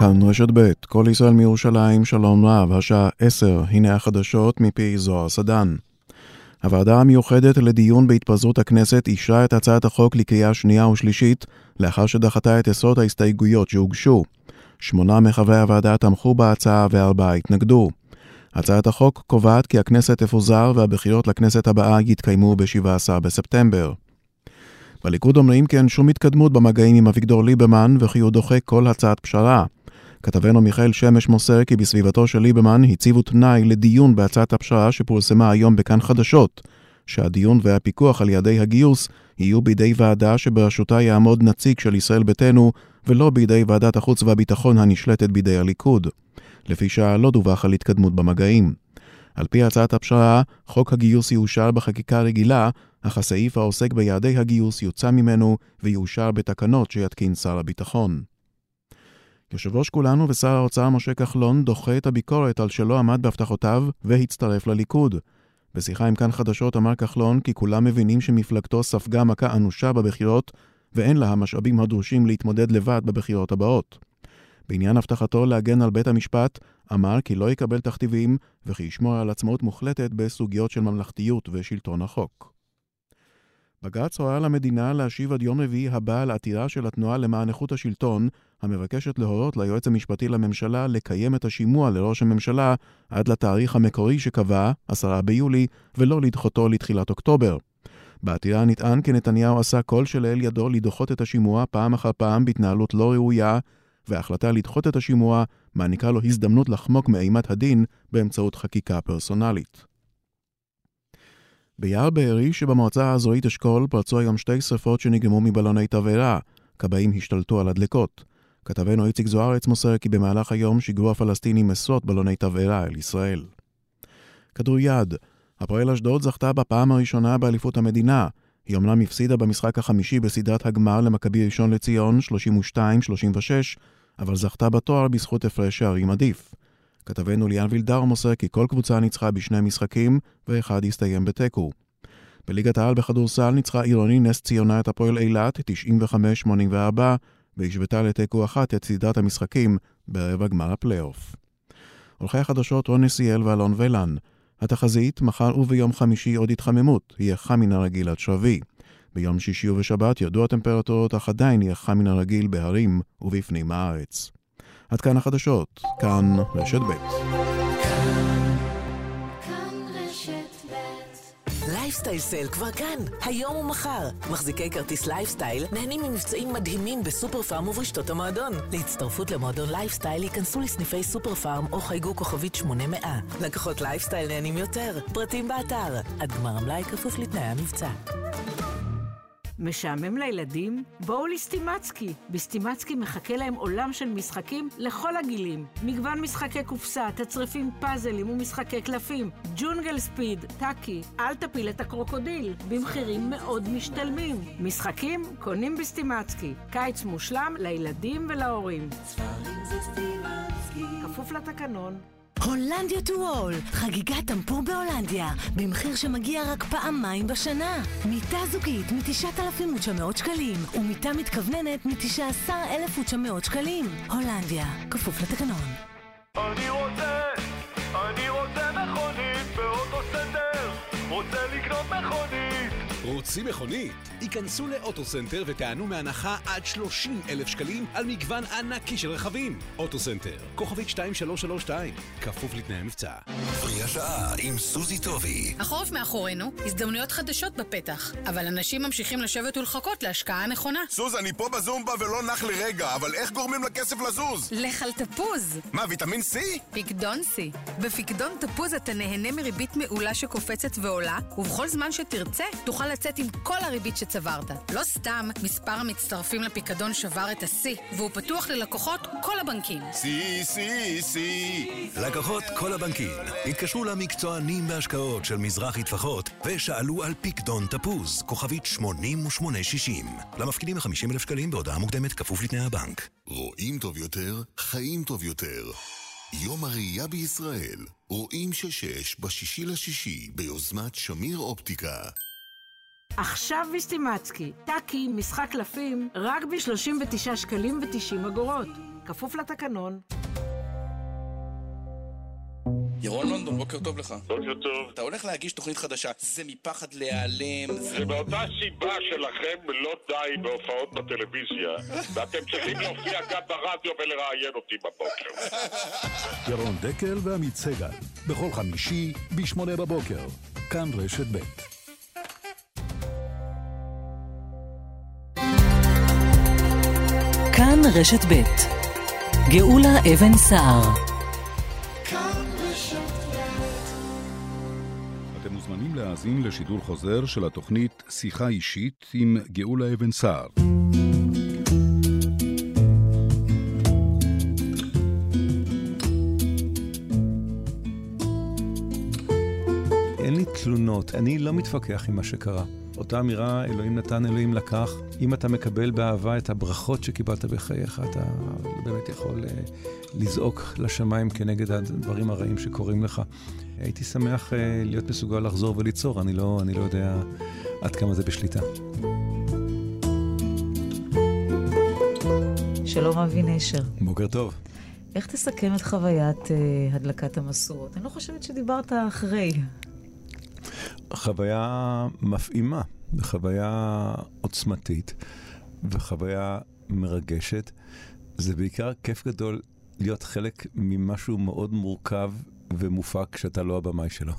כאן רשת ב' כל ישראל מירושלים, שלום רב, השעה 10, הנה החדשות מפי זוהר סדן. הוועדה המיוחדת לדיון בהתפזרות הכנסת אישרה את הצעת החוק לקריאה שנייה ושלישית, לאחר שדחתה את עשרות ההסתייגויות שהוגשו. 8 מחברי הוועדה תמכו בהצעה ו4 התנגדו. הצעת החוק קובעת כי הכנסת תפוזר והבחירות לכנסת הבאה יתקיימו ב-17 בספטמבר. בליכוד אומרים כי אין שום התקדמות במגעים עם אביגדור ליברמן וכי הוא דוחה כל הצעת פשרה. כתבנו מיכאל שמש מוסר כי בסביבתו של ליברמן הציבו תנאי לדיון בהצעת הפשרה שפורסמה היום בכאן חדשות, שהדיון והפיקוח על יעדי הגיוס יהיו בידי ועדה שבראשותה יעמוד נציג של ישראל ביתנו ולא בידי ועדת החוץ והביטחון הנשלטת בידי הליכוד. לפי שעה לא דווח על התקדמות במגעים. על פי הצעת הפשרה, חוק הגיוס יאושר בחקיקה רגילה, אך הסעיף העוסק ביעדי הגיוס יוצא ממנו ויאושר בתקנות שיתקין שר הביטחון. יושב ראש כולנו ושר האוצר משה כחלון דוחה את הביקורת על שלא עמד בהבטחותיו והצטרף לליכוד. בשיחה עם כאן חדשות אמר כחלון כי כולם מבינים שמפלגתו ספגה מכה אנושה בבחירות ואין לה המשאבים הדרושים להתמודד לבד בבחירות הבאות. בעניין הבטחתו להגן על בית המשפט, אמר כי לא יקבל תכתיבים וכי ישמור על עצמאות מוחלטת בסוגיות של ממלכתיות ושלטון החוק. בג"ץ הורה למדינה להשיב עד יום רביעי הבא על עתירה של התנועה למען איכות השלטון, המבקשת להורות ליועץ המשפטי לממשלה לקיים את השימוע לראש הממשלה עד לתאריך המקורי שקבע, 10 ביולי, ולא לדחותו לתחילת אוקטובר. בעתירה נטען כי נתניהו עשה כל שלאל ידו לדחות את השימוע פעם אחר פעם בהתנהלות לא ראויה, וההחלטה לדחות את השימוע מעניקה לו הזדמנות לחמוק מאימת הדין באמצעות חקיקה פרסונלית. ביער בארי שבמועצה האזורית אשכול פרצו היום 2 שריפות שנגרמו מבלוני תבערה. כבאים השתלטו על הדלקות. כתבנו איציק זוארץ מוסר כי במהלך היום שיגרו הפלסטינים עשרות בלוני תבערה אל ישראל. כדוריד, הפועל אשדוד זכתה בפעם הראשונה באליפות המדינה. היא אומנם הפסידה במשחק החמישי בסדרת הגמר למכבי ראשון לציון 32-36, אבל זכתה בתואר בזכות הפרש שערים עדיף. כתבנו ליאן וילדר מוסר כי כל קבוצה ניצחה בשני משחקים ואחד הסתיים בתיקו. בליגת העל בכדורסל ניצחה עירוני נס ציונה את הפועל אילת 95-84 והשוותה לתיקו 1 את סדרת המשחקים ברבע גמר הפלייאוף. עורכי החדשות רון נסיאל ואלון ולן. התחזית, מחר וביום חמישי עוד התחממות, יהיה חם מן הרגיל עד שרבי. ביום שישי ובשבת ירדו הטמפרטורות, אך עדיין יהיה חם מן הרגיל בהרים ובפנים הארץ. עד כאן החדשות, כאן רשת ב'. לייפסטייל סייל כבר כאן, היום ומחר. מחזיקי כרטיס לייפסטייל נהנים ממבצעים מדהימים בסופר פארם וברשתות המועדון. להצטרפות למועדון לייפסטייל ייכנסו לסניפי סופר פארם או חייגו כוכבית 800. לקוחות לייפסטייל נהנים יותר, פרטים באתר. עד גמר המלאי כפוף לתנאי המבצע. משעמם לילדים? בואו לסטימצקי. בסטימצקי מחכה להם עולם של משחקים לכל הגילים. מגוון משחקי קופסה, תצריפים, פאזלים ומשחקי קלפים. ג'ונגל ספיד, טאקי, אל תפיל את הקרוקודיל. במחירים מאוד משתלמים. משחקים קונים בסטימצקי. קיץ מושלם לילדים ולהורים. ספרים זה סטימצקי. כפוף לתקנון. הולנדיה טו וול, חגיגת טמפור בהולנדיה, במחיר שמגיע רק פעמיים בשנה. מיטה זוגית מ9,900 שקלים, ומיטה מתכווננת מ19,900 שקלים. הולנדיה, כפוף לתקנון. אני רוצה מכונית באוטוסנטר, רוצה לקנות מכונית. רוצים מכונית? היכנסו לאוטוסנטר וטענו מהנחה עד 30,000 שקלים על מגוון ענקי של רכבים. אוטוסנטר, כוכבית 2332, כפוף לתנאי המבצע. פרי השעה עם סוזי טובי. החורף מאחורינו, הזדמנויות חדשות בפתח, אבל אנשים ממשיכים לשבת ולחכות להשקעה הנכונה. סוז, אני פה בזומבה ולא נח לרגע, אבל איך גורמים לכסף לזוז? לך על תפוז. מה, ויטמין C? פיקדון C. בפיקדון תפוז אתה נהנה מריבית מעולה שקופצת ועולה, ובכל זמן שתרצה תוכל לצאת עם כל הריבית שצברת. לא סתם, מספר המצטרפים לפיקדון שבר את ה-C, והוא פתוח ללקוחות כל הבנקים. C. לקוחות כל הבנקים התקשרו למקצוענים בהשקעות של מזרחי טפחות ושאלו על פיקדון תפוז, כוכבית 8860. למפקידים 50,000 שקלים בהודעה מוקדמת כפוף לתנאי הבנק. רואים טוב יותר, חיים טוב יותר. יום הראייה בישראל. רואים 6 ב6 ביוזמת שמיר אופטיקה. עכשיו בסטימצקי, טאקי, משחק קלפים, רק ב-39 שקלים ו-90 אגורות. כפוף לתקנון. ירון לונדון, בוקר טוב לך. בוקר טוב. אתה הולך להגיש תוכנית חדשה, זה מפחד להיעלם. זה מאותה סיבה שלכם לא די בהופעות בטלוויזיה, ואתם צריכים להופיע גם ברדיו ולראיין אותי בבוקר. ירון דקל ועמית סגל, בכל חמישי ב-8 בבוקר. כאן רשת ב'. כאן רשת ב'. גאולה אבן סער. אתם מוזמנים להאזין לשידור חוזר של התוכנית שיחה אישית עם גאולה אבן סער. אין לי תלונות, אני לא מתווכח עם מה שקרה. אותה אמירה, אלוהים נתן, אלוהים לקח. אם אתה מקבל באהבה את הברכות שקיבלת בחייך, אתה באמת יכול לזעוק לשמיים כנגד הדברים הרעים שקורים לך. הייתי שמח להיות מסוגל לחזור וליצור, אני לא יודע עד כמה זה בשליטה. שלום אבי נשר. בוקר טוב. איך תסכם את חוויית הדלקת המסורות? אני לא חושבת שדיברת אחרי. חוויה מפעימה, וחוויה עוצמתית, וחוויה מרגשת. זה בעיקר כיף גדול להיות חלק ממשהו מאוד מורכב ומופק שאתה לא הבמאי שלו.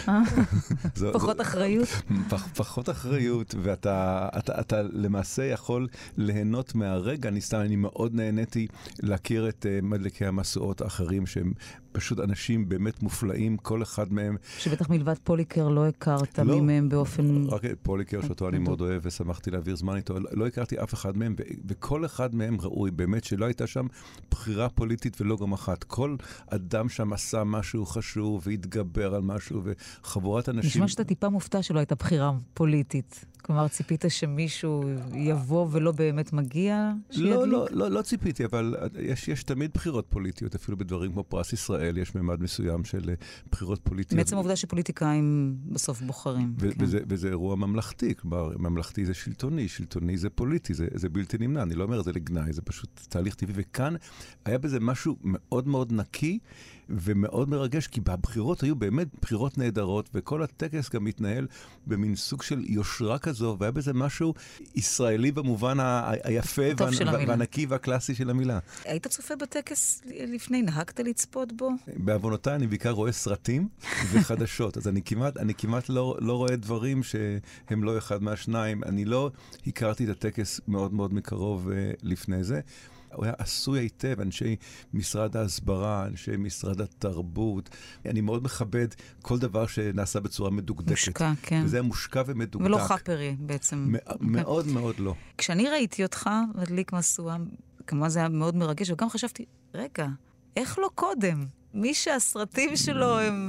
פחות אחריות? פחות אחריות, ואתה למעשה יכול ליהנות מהרגע. אני מאוד נהניתי להכיר את מדליקי המסורות האחרים, שהם פשוט אנשים באמת מופלאים, כל אחד מהם. שבטח מלבד פוליקר לא הכרת ממהם באופן... רק פוליקר שאותו אני מאוד אוהב ושמחתי להעביר זמן איתו, לא הכרתי אף אחד מהם, וכל אחד מהם ראוי, באמת שלא הייתה שם בחירה פוליטית ולא גם אחת. כל אדם שם עשה משהו חשוב והתגבר על משהו, וחבורת אנשים... נשמע שאתה טיפה מופתע שלא הייתה בחירה פוליטית. כלומר, ציפית שמישהו יבוא ולא באמת מגיע שידליק? לא ציפיתי, אבל יש תמיד בחירות פוליטיות, אפילו בדברים כמו פרס ישראל, יש ממד מסוים של בחירות פוליטיות. בעצם העובדה שפוליטיקאים בסוף בוחרים. וזה אירוע ממלכתי, כלומר, ממלכתי זה שלטוני, שלטוני זה פוליטי, זה בלתי נמנע, אני לא אומר זה לגנאי, זה פשוט תהליך טבעי, וכאן היה בזה משהו מאוד מאוד נקי, ומאוד מרגש, כי הבחירות היו באמת בחירות נהדרות, וכל הטקס גם מתנהל במין סוג של יושרה כזו, והיה בזה משהו ישראלי במובן היפה והנקי והקלאסי של המילה. היית צופה בטקס לפני, נהגת לצפות בו? בעוונותיי אני בעיקר רואה סרטים וחדשות, אז אני כמעט לא רואה דברים שהם לא אחד מהשניים. אני לא הכרתי את הטקס מאוד מאוד מקרוב לפני זה. הוא היה עשוי היטב, אנשי משרד ההסברה, אנשי משרד התרבות. אני מאוד מכבד כל דבר שנעשה בצורה מדוקדקת. מושקע, כן. וזה היה מושקע ומדוקדק. ולא חפרי בעצם. מאוד מאוד לא. כשאני ראיתי אותך מדליק משואה, כמובן זה היה מאוד מרגש, וגם חשבתי, רגע, איך לא קודם? מי שהסרטים שלו הם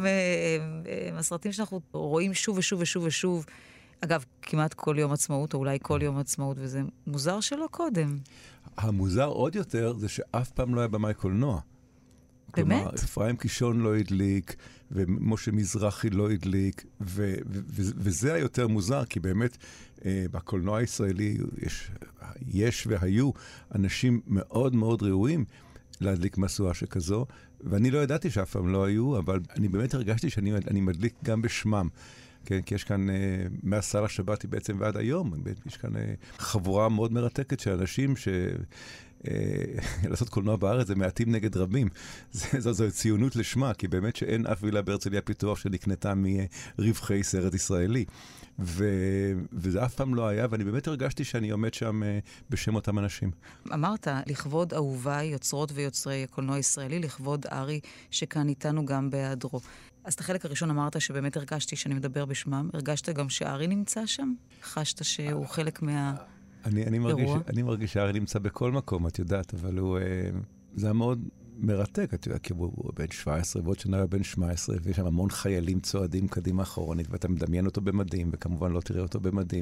הסרטים שאנחנו רואים שוב ושוב ושוב ושוב. אגב, כמעט כל יום עצמאות, או אולי כל יום עצמאות, וזה מוזר שלא קודם. המוזר עוד יותר זה שאף פעם לא היה במאי קולנוע. באמת? כלומר, אפרים קישון לא הדליק, ומשה מזרחי לא הדליק, וזה היותר מוזר, כי באמת בקולנוע הישראלי יש והיו אנשים מאוד מאוד ראויים להדליק משואה שכזו, ואני לא ידעתי שאף פעם לא היו, אבל אני באמת הרגשתי שאני מדליק גם בשמם. כן, כי יש כאן, מהסל השבתי בעצם ועד היום, יש כאן חבורה מאוד מרתקת של אנשים לעשות קולנוע בארץ זה מעטים נגד רבים. זו ציונות לשמה, כי באמת שאין אף וילה בהרצליה פיתוח שנקנתה מרווחי סרט ישראלי. וזה אף פעם לא היה, ואני באמת הרגשתי שאני עומד שם בשם אותם אנשים. אמרת, לכבוד אהוביי, יוצרות ויוצרי הקולנוע הישראלי, לכבוד ארי, שכאן איתנו גם בהיעדרו. אז את החלק הראשון אמרת שבאמת הרגשתי שאני מדבר בשמם. הרגשת גם שארי נמצא שם? חשת שהוא חלק מהאירוע? אני מרגיש שארי נמצא בכל מקום, את יודעת, אבל זה היה מאוד מרתק, את יודעת, כי הוא בן 17, ועוד שנה הוא בן 18, ויש שם המון חיילים צועדים קדימה אחורנית, ואתה מדמיין אותו במדים, וכמובן לא תראה אותו במדים.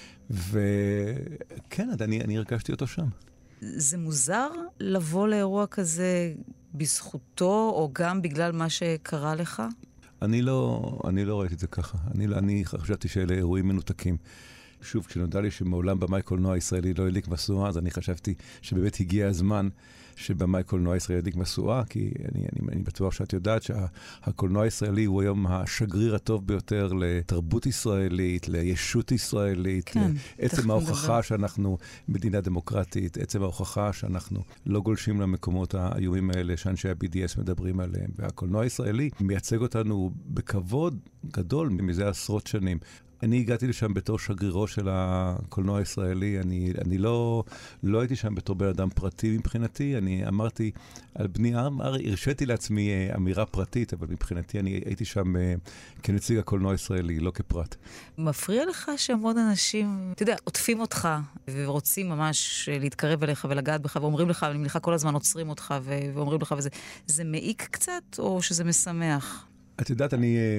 וכן, אני הרגשתי אותו שם. זה מוזר לבוא לאירוע כזה בזכותו, או גם בגלל מה שקרה לך? אני לא ראיתי את זה ככה. אני חשבתי שאלה אירועים מנותקים. שוב, כשנודע לי שמעולם במאי קולנוע הישראלי לא הדליק משואה, אז אני חשבתי שבאמת הגיע הזמן שבמאי קולנוע הישראלי הדליק משואה, כי אני בטוח שאת יודעת שהקולנוע הישראלי הוא היום השגריר הטוב ביותר לתרבות ישראלית, לישות ישראלית, כן, עצם ההוכחה שאנחנו מדינה דמוקרטית, עצם ההוכחה שאנחנו לא גולשים למקומות האיומים האלה שאנשי ה-BDS מדברים עליהם, והקולנוע הישראלי מייצג אותנו בכבוד גדול מזה עשרות שנים. אני הגעתי לשם בתור שגרירו של הקולנוע הישראלי, אני לא הייתי שם בתור בן אדם פרטי מבחינתי, אני אמרתי על בני הרשיתי לעצמי אמירה פרטית, אבל מבחינתי אני הייתי שם כנציג הקולנוע הישראלי, לא כפרט. מפריע לך שהמון אנשים, אתה יודע, עוטפים אותך ורוצים ממש להתקרב אליך ולגעת בך, ואומרים לך, אני מניחה כל הזמן עוצרים אותך ואומרים לך, זה מעיק קצת או שזה משמח? את יודעת,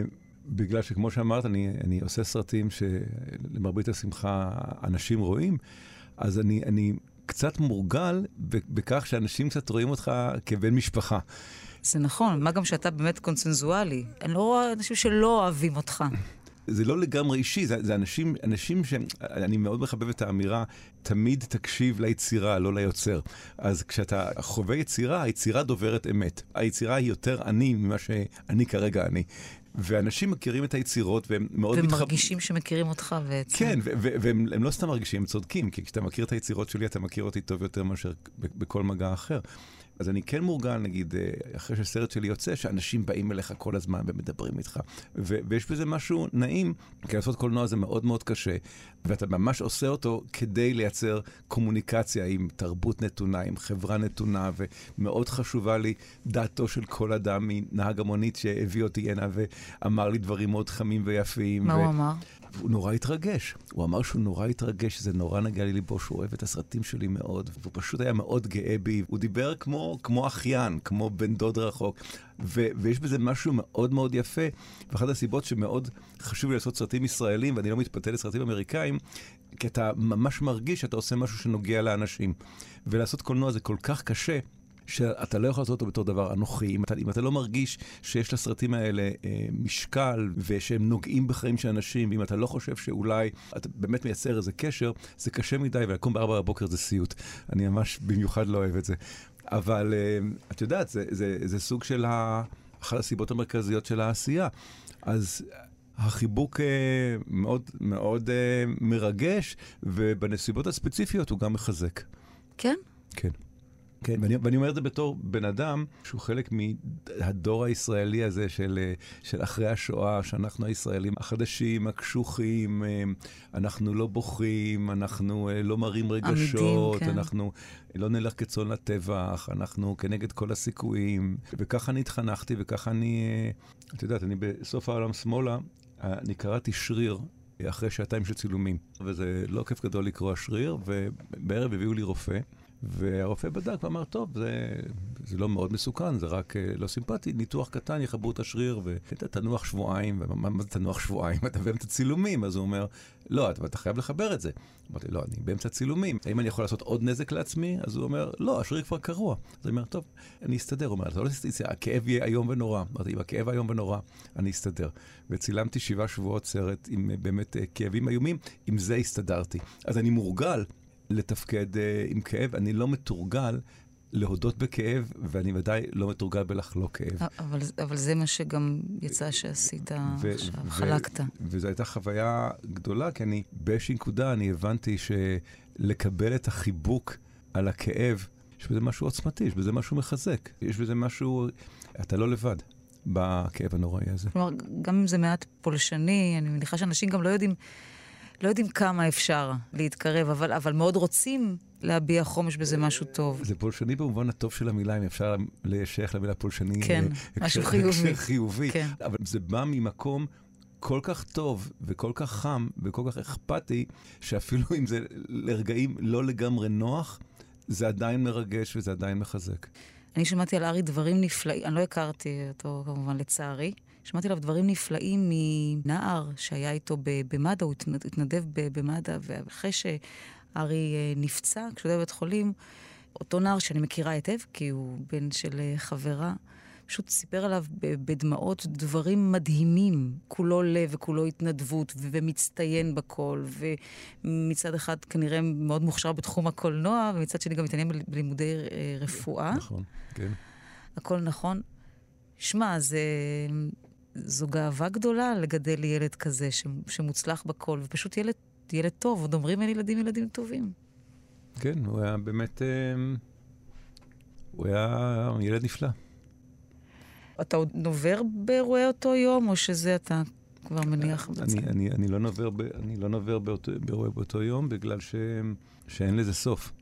בגלל שכמו שאמרת, אני עושה סרטים שלמרבית השמחה אנשים רואים, אז אני קצת מורגל בכך שאנשים קצת רואים אותך כבן משפחה. זה נכון, מה גם שאתה באמת קונצנזואלי. אני לא רואה אנשים שלא אוהבים אותך. זה לא לגמרי אישי, זה אנשים שאני מאוד מחבב את האמירה, תמיד תקשיב ליצירה, לא ליוצר. אז כשאתה חווה יצירה, היצירה דוברת אמת. היצירה היא יותר אני ממה שאני כרגע אני. ואנשים מכירים את היצירות והם מאוד ומרגישים שמכירים אותך בעצם. כן, והם לא סתם מרגישים, הם צודקים, כי כשאתה מכיר את היצירות שלי, אתה מכיר אותי טוב יותר מאשר בכל מגע אחר. אז אני כן מורגל, נגיד, אחרי שסרט שלי יוצא, שאנשים באים אליך כל הזמן ומדברים איתך. ויש בזה משהו נעים, כי לעשות קולנוע זה מאוד מאוד קשה, ואתה ממש עושה אותו כדי לייצר קומוניקציה עם תרבות נתונה, עם חברה נתונה, ומאוד חשובה לי דעתו של כל אדם מנהג המונית שהביא אותי הנה ואמר לי דברים מאוד חמים ויפים. מה הוא אמר? הוא נורא התרגש. הוא אמר שהוא נורא התרגש, שזה נורא נגע לי ליבו, שהוא אוהב את הסרטים שלי מאוד, והוא פשוט היה מאוד גאה בי. הוא דיבר כמו אחיין, כמו בן דוד רחוק, ויש בזה משהו מאוד מאוד יפה, ואחת הסיבות שמאוד חשוב לי לעשות סרטים ישראלים, ואני לא מתפתה לסרטים אמריקאים, כי אתה ממש מרגיש שאתה עושה משהו שנוגע לאנשים. ולעשות קולנוע זה כל כך קשה, שאתה לא יכול לעשות אותו בתור דבר אנוכי. אם אתה לא מרגיש שיש לסרטים האלה משקל, ושהם נוגעים בחיים של אנשים, ואם אתה לא חושב שאולי אתה באמת מייצר איזה קשר, זה קשה מדי, ולקום ב4 בבוקר זה סיוט. אני ממש במיוחד לא אוהב את זה. אבל את יודעת, זה סוג של אחת הסיבות המרכזיות של העשייה. אז החיבוק מאוד מאוד מרגש, ובנסיבות הספציפיות הוא גם מחזק. כן? כן. כן, ואני אומר את זה בתור בן אדם שהוא חלק מהדור הישראלי הזה של אחרי השואה, שאנחנו הישראלים החדשים, הקשוחים, אנחנו לא בוכים, אנחנו לא מרים רגשות, עמידים, כן. אנחנו לא נלך כצאן לטבח, אנחנו כנגד כל הסיכויים, וככה אני התחנכתי, וככה את יודעת, אני בסוף העולם שמאלה, אני קראתי שריר, אחרי שעתיים של צילומים, וזה לא כיף גדול לקרוא שריר, ובערב הביאו לי רופא, והרופא בדק ואמר, טוב, זה לא מאוד מסוכן, זה רק לא סימפטי, ניתוח קטן, יחברו את השריר, ואתה תנוח שבועיים, ומה זה תנוח שבועיים? אתה באמצע צילומים, אז הוא אומר, לא, אתה חייב לחבר את זה. אמרתי, לא, אני באמצע צילומים, האם אני יכול לעשות עוד נזק לעצמי? אז הוא אומר, לא, השריר כבר קרוע. אז הוא אומר, טוב, אני אסתדר. הוא אומר, אתה לא תסתדר, הכאב יהיה היום ונורא. אמרתי, אם הכאב היום ונורא, אני אסתדר. וצילמתי 7 שבועות סרט עם באמת כאבים איומים, עם זה הסתדרתי. אז אני מורגל לתפקד עם כאב, אני לא מתורגל להודות בכאב, ואני ודאי לא מתורגל בלחלוק כאב. אבל זה מה שגם יצא שעשית, חלקת. וזו הייתה חוויה גדולה, כי באיזושהי נקודה אני הבנתי שלקבל את החיבוק על הכאב, יש בזה משהו עוצמתי, יש בזה משהו מחזק, יש בזה משהו, אתה לא לבד בכאב הנוראי הזה. כלומר, גם אם זה מעט פולשני, אני מניחה שאנשים גם לא יודעים כמה אפשר להתקרב, אבל מאוד רוצים להביע חומש בזה משהו טוב. זה פולשני במובן הטוב של המילה, אם אפשר לשייך למילה פולשני. כן, משהו חיובי. כן. אבל זה בא ממקום כל כך טוב וכל כך חם וכל כך אכפתי, שאפילו אם זה לרגעים לא לגמרי נוח, זה עדיין מרגש וזה עדיין מחזק. אני שמעתי על ארי דברים נפלאים, אני לא הכרתי אותו כמובן לצערי, שמעתי עליו דברים נפלאים מנער שהיה איתו במד"א, הוא התנדב במד"א, ואחרי שארי נפצע, כשהוא היה בבית חולים, אותו נער שאני מכירה היטב, כי הוא בן של חברה, פשוט סיפר עליו בדמעות דברים מדהימים, כולו לב וכולו התנדבות, ומצטיין בכל, ומצד אחד כנראה מאוד מוכשר בתחום הקולנוע, ומצד שני גם מתעניין בלימודי רפואה. נכון, כן. הכל נכון. שמע, זו גאווה גדולה לגדל ילד כזה שמוצלח בכל, ופשוט ילד טוב, עוד אומרים אין ילדים טובים. כן, הוא היה באמת, הוא היה ילד נפלא. אתה עוד נובר באירועי אותו יום, או שזה אתה כבר מניח בצד? אני לא נובר באירועי באותו יום, בגלל שאין לזה סוף.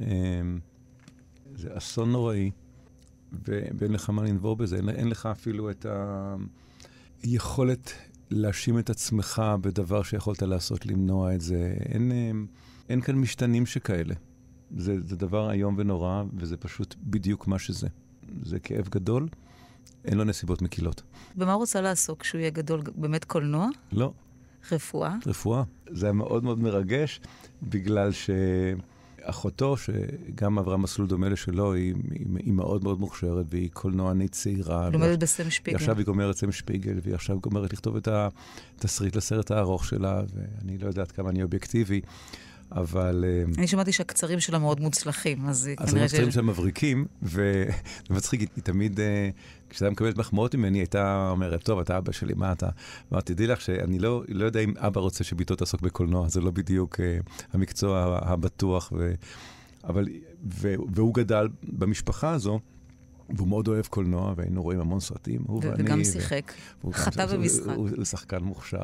זה אסון נוראי, ואין לך מה לנבור בזה, אין לך אפילו את היכולת להאשים את עצמך בדבר שיכולת לעשות, למנוע את זה. אין כאן משתנים שכאלה. זה דבר איום ונורא, וזה פשוט בדיוק מה שזה. זה כאב גדול, אין לו נסיבות מקילות. במה רוצה לעסוק כשהוא יהיה גדול? באמת קולנוע? לא. רפואה? רפואה. זה היה מאוד מאוד מרגש, בגלל שאחותו, שגם עברה מסלול דומה לשלו, היא מאוד מאוד מוכשרת, והיא קולנוענית צעירה. לומדת בסם שפיגל. עכשיו היא גומרת סם שפיגל, והיא עכשיו גומרת לכתוב את התסריט לסרט הארוך שלה, ואני לא יודעת כמה אני אובייקטיבי, אבל... אני שמעתי שהקצרים שלה מאוד מוצלחים, אז כנראה הקצרים שלה מבריקים, ומצחיק, היא תמיד, כשאתה מקבלת מחמאות ממני, הייתה אומרת, טוב, אתה אבא שלי, מה אתה? אמרתי, תדעי לך שאני לא יודע אם אבא רוצה שביתו תעסוק בקולנוע, זה לא בדיוק המקצוע הבטוח, והוא גדל במשפחה הזו, והוא מאוד אוהב קולנוע, והיינו רואים המון סרטים, הוא ואני. וגם שיחק, חטא במשחק. הוא שחקן מוכשר.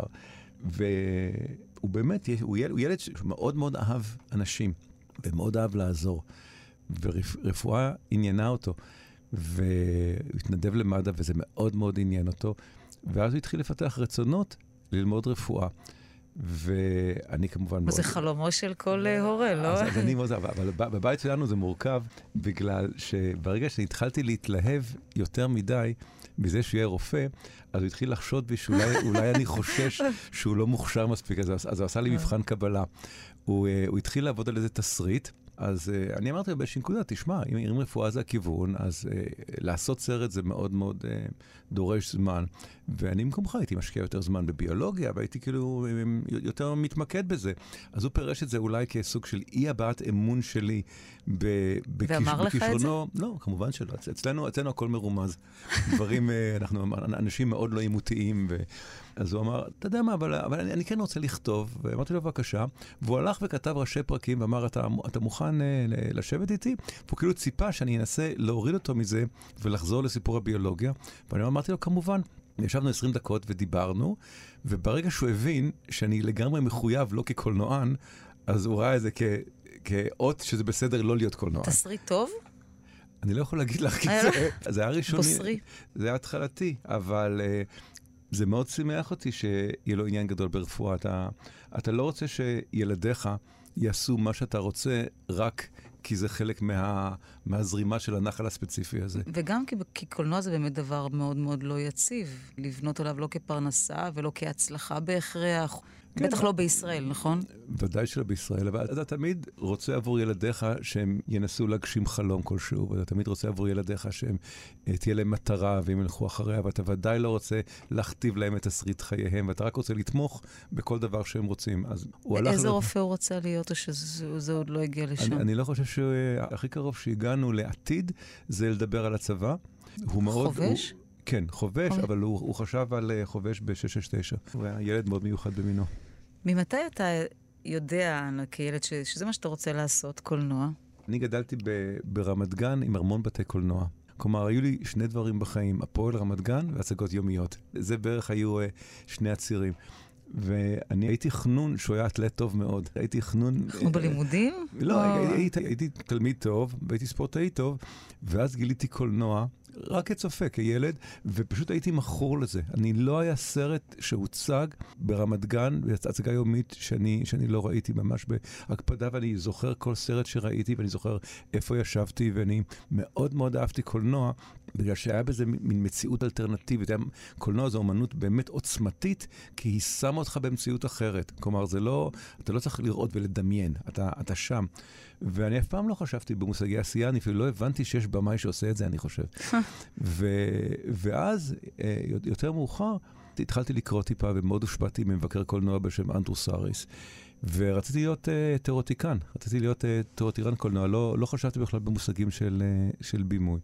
והוא באמת, הוא ילד שמאוד מאוד אהב אנשים, ומאוד אהב לעזור. ורפואה עניינה אותו, והוא התנדב למד"א, וזה מאוד מאוד עניין אותו. ואז הוא התחיל לפתח רצונות ללמוד רפואה. ואני כמובן... זה חלומו של כל הורה, לא? אז אני מאוד, אבל בבית שלנו זה מורכב, בגלל שברגע שהתחלתי להתלהב יותר מדי, בזה שהוא יהיה רופא, אז הוא התחיל לחשוד בי שאולי אני חושש שהוא לא מוכשר מספיק, אז הוא עשה לי מבחן קבלה. הוא התחיל לעבוד על איזה תסריט, אז אני אמרתי לו באיזושהי נקודה, תשמע, אם רפואה זה הכיוון, אז לעשות סרט זה מאוד מאוד דורש זמן, ואני במקומך הייתי משקיע יותר זמן בביולוגיה, והייתי כאילו יותר מתמקד בזה. אז הוא פירש את זה אולי כסוג של אי הבעת אמון שלי ואמר לך את זה? לא, כמובן שלא. אצלנו הכל מרומז. דברים, אנחנו אנשים מאוד לא אימותיים, אז הוא אמר, אתה יודע מה, אבל אני כן רוצה לכתוב, ואמרתי לו בבקשה, והוא הלך וכתב ראשי פרקים, ואמר, אתה מוכן לשבת איתי? והוא כאילו ציפה שאני אנסה להוריד אותו מזה, ולחזור לסיפור הביולוגיה, ואני אמרתי לו, כמובן. ישבנו 20 דקות ודיברנו, וברגע שהוא הבין שאני לגמרי מחויב, לא כקולנוען, אז הוא ראה את זה כאות שזה בסדר לא להיות קולנוען. תסריט טוב? אני לא יכול להגיד לך, כי זה היה ראשוני. בוסרי. זה היה התחלתי, אבל זה מאוד שימח אותי שיהיה לו עניין גדול ברפואה. אתה לא רוצה שילדיך יעשו מה שאתה רוצה רק כי זה חלק מהזרימה של הנחל הספציפי הזה. וגם כי קולנוע זה באמת דבר מאוד מאוד לא יציב. לבנות עליו לא כפרנסה ולא כהצלחה בהכרח. בטח לא בישראל, נכון? ודאי שלא בישראל, אבל אתה תמיד רוצה עבור ילדיך שהם ינסו להגשים חלום כלשהו, ואתה תמיד רוצה עבור ילדיך שהם תהיה להם מטרה והם ילכו אחריה, ואתה ודאי לא רוצה להכתיב להם את תסריט חייהם, ואתה רק רוצה לתמוך בכל דבר שהם רוצים. איזה רופא הוא רוצה להיות, או שזה עוד לא הגיע לשם? אני לא חושב שהכי קרוב שהגענו לעתיד, זה לדבר על הצבא. חובש? כן, חובש, אבל הוא חשב על חובש ב-669. הוא היה ילד מאוד מיוחד במינו. ממתי אתה יודע כילד שזה מה שאתה רוצה לעשות, קולנוע? אני גדלתי ברמת גן עם המון בתי קולנוע. כלומר, היו לי שני דברים בחיים, הפועל רמת גן והצגות יומיות. זה בערך היו שני הצירים. ואני הייתי חנון שהוא היה אתלט טוב מאוד. הייתי חנון... בלימודים? לא, הייתי תלמיד טוב, והייתי ספורטאי טוב, ואז גיליתי קולנוע, רק כצופה, כילד, ופשוט הייתי מכור לזה. אני לא היה סרט שהוצג ברמת גן, בהצגה יומית שאני לא ראיתי ממש בהקפדה, ואני זוכר כל סרט שראיתי, ואני זוכר איפה ישבתי, ואני מאוד מאוד אהבתי קולנוע, בגלל שהיה בזה מין מציאות אלטרנטיבית. קולנוע זו אומנות באמת עוצמתית, כי היא שמה אותך במציאות אחרת. כלומר, אתה לא צריך לראות ולדמיין, אתה שם. ואני אף פעם לא חשבתי במושגי עשייה, אני אפילו לא הבנתי שיש במאי שעושה את זה, אני חושב. ואז, יותר מאוחר, התחלתי לקרוא טיפה ומאוד הושפעתי ממבקר קולנוע בשם אנדרו סאריס. ורציתי להיות תיאורטיקן, רציתי להיות תיאורטיקן קולנוע, לא חשבתי בכלל במושגים של בימוי.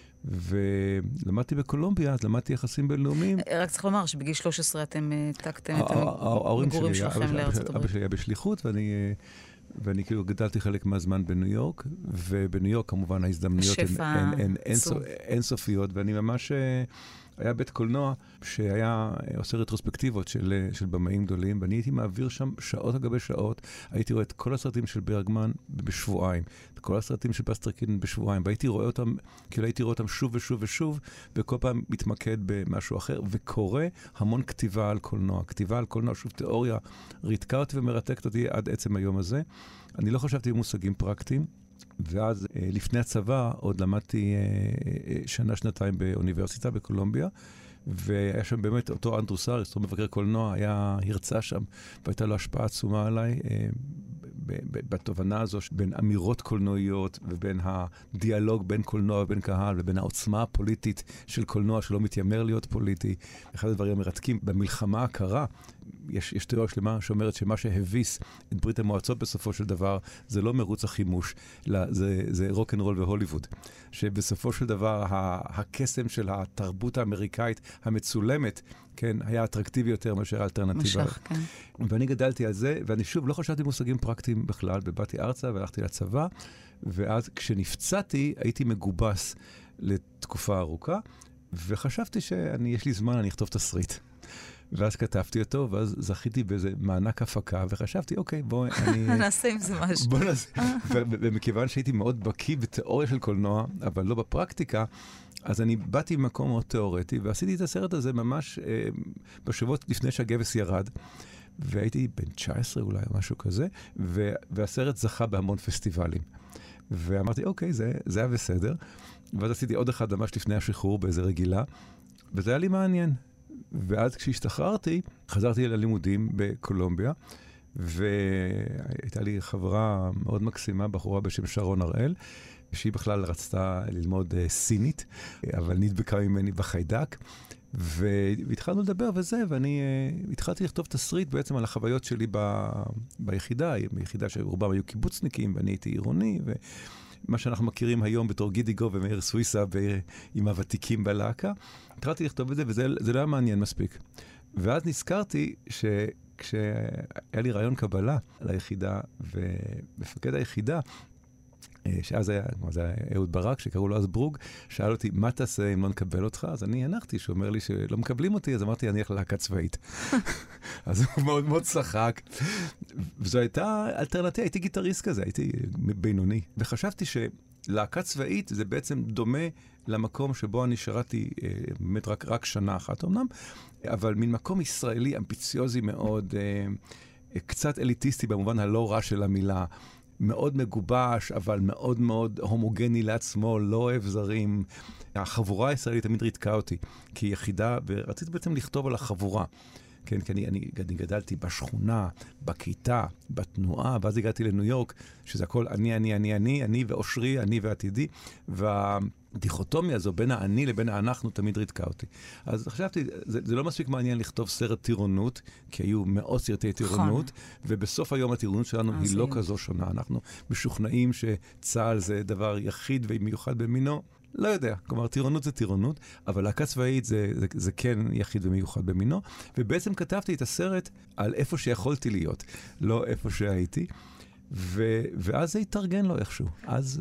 ולמדתי בקולומביה, אז למדתי יחסים בינלאומיים. רק צריך לומר שבגיל 13 אתם העתקתם את המגורים שלכם לארצות הברית. אבא שלי היה בשליחות, ואני כאילו גדלתי חלק מהזמן בניו יורק, ובניו יורק כמובן ההזדמנויות הן אינסופיות, ואני ממש... היה בית קולנוע שהיה עושה רטרוספקטיבות של במאים גדולים, ואני הייתי מעביר שם שעות על גבי שעות, הייתי רואה את כל הסרטים של ברגמן בשבועיים, את כל הסרטים של פסטרקין בשבועיים, והייתי רואה אותם, כאילו הייתי רואה אותם שוב ושוב ושוב, וכל פעם מתמקד במשהו אחר, וקורא המון כתיבה על קולנוע. כתיבה על קולנוע, שוב תיאוריה, ריתקה אותי ומרתקת אותי עד עצם היום הזה. אני לא חשבתי במושגים פרקטיים, ואז לפני הצבא עוד למדתי שנה-שנתיים באוניברסיטה בקולומביה, והיה שם באמת אותו אנדרו סאריס, אותו מבקר קולנוע, הרצה שם, והייתה לו השפעה עצומה עליי, בתובנה הזו בין אמירות קולנועיות ובין הדיאלוג בין קולנוע ובין קהל ובין העוצמה הפוליטית של קולנוע שלא מתיימר להיות פוליטי. אחד הדברים המרתקים במלחמה הקרה, יש תיאוריה שלמה שאומרת שמה שהביס את ברית המועצות בסופו של דבר זה לא מרוץ החימוש, זה רוק אנד רול והוליווד. שבסופו של דבר הקסם של התרבות האמריקאית המצולמת, כן, היה אטרקטיבי יותר מאשר האלטרנטיבה. משך, כן. ואני גדלתי על זה, ואני שוב לא חשבתי מושגים פרקטיים בכלל, ובאתי ארצה והלכתי לצבא, ואז כשנפצעתי הייתי מגובס לתקופה ארוכה, וחשבתי יש לי זמן, אני אכתוב תסריט. ואז כתבתי אותו, ואז זכיתי באיזה מענק הפקה, וחשבתי, אוקיי, בואי, נעשה עם זה משהו. בוא נעשה. ומכיוון שהייתי מאוד בקיא בתיאוריה של קולנוע, אבל לא בפרקטיקה, אז אני באתי ממקום מאוד תיאורטי, ועשיתי את הסרט הזה ממש בשבועות לפני שהגבס ירד, והייתי בן 19 אולי, או משהו כזה, והסרט זכה בהמון פסטיבלים. ואמרתי, אוקיי, זה היה בסדר. ואז עשיתי עוד אחד ממש לפני השחרור באיזה רגילה, וזה היה לי מעניין. ואז כשהשתחררתי, חזרתי ללימודים בקולומביה, והייתה לי חברה מאוד מקסימה, בחורה בשם שרון הראל, שהיא בכלל רצתה ללמוד סינית, אבל נדבקה ממני בחיידק, והתחלנו לדבר וזה, ואני התחלתי לכתוב תסריט בעצם על החוויות שלי ביחידה שרובם היו קיבוצניקים, ואני הייתי עירוני, מה שאנחנו מכירים היום בתור גידיגו ומאיר סוויסה עם הוותיקים בלהקה. התחלתי לכתוב את זה, וזה לא היה מעניין מספיק. ואז נזכרתי שכשהיה לי רעיון קבלה ליחידה, ומפקד היחידה, שאז היה אהוד ברק, שקראו לו אז ברוג, שאל אותי, מה תעשה אם לא נקבל אותך? אז אני הנחתי, שהוא אומר לי שלא מקבלים אותי, אז אמרתי, אני הולך ללהקה צבאית. אז הוא מאוד מאוד צחק. וזו הייתה אלטרנטיבה, הייתי גיטריסט כזה, הייתי בינוני. וחשבתי שלהקה צבאית זה בעצם דומה למקום שבו אני שרתי באמת רק שנה אחת אמנם, אבל מן מקום ישראלי אמביציוזי מאוד, קצת אליטיסטי במובן הלא רע של המילה, מאוד מגובש, אבל מאוד מאוד הומוגני לעצמו, לא אוהב זרים. החבורה הישראלית תמיד ריתקה אותי כיחידה, ורציתי בעצם לכתוב על החבורה. כן, כי אני גדלתי בשכונה, בכיתה, בתנועה, ואז הגעתי לניו יורק, שזה הכל אני ואושרי, אני ועתידי, והדיכוטומיה הזו בין האני לבין האנחנו תמיד ריתקה אותי. אז חשבתי, זה לא מספיק מעניין לכתוב סרט טירונות, כי היו מאות סרטי טירונות, ובסוף היום הטירונות שלנו היא לא כזו שונה. אנחנו משוכנעים שצה"ל זה דבר יחיד ומיוחד במינו. לא יודע, כלומר, טירונות זה טירונות, אבל להקה צבאית זה כן יחיד ומיוחד במינו, ובעצם כתבתי את הסרט על איפה שיכולתי להיות, לא איפה שהייתי, ואז זה התארגן לו איכשהו. אז...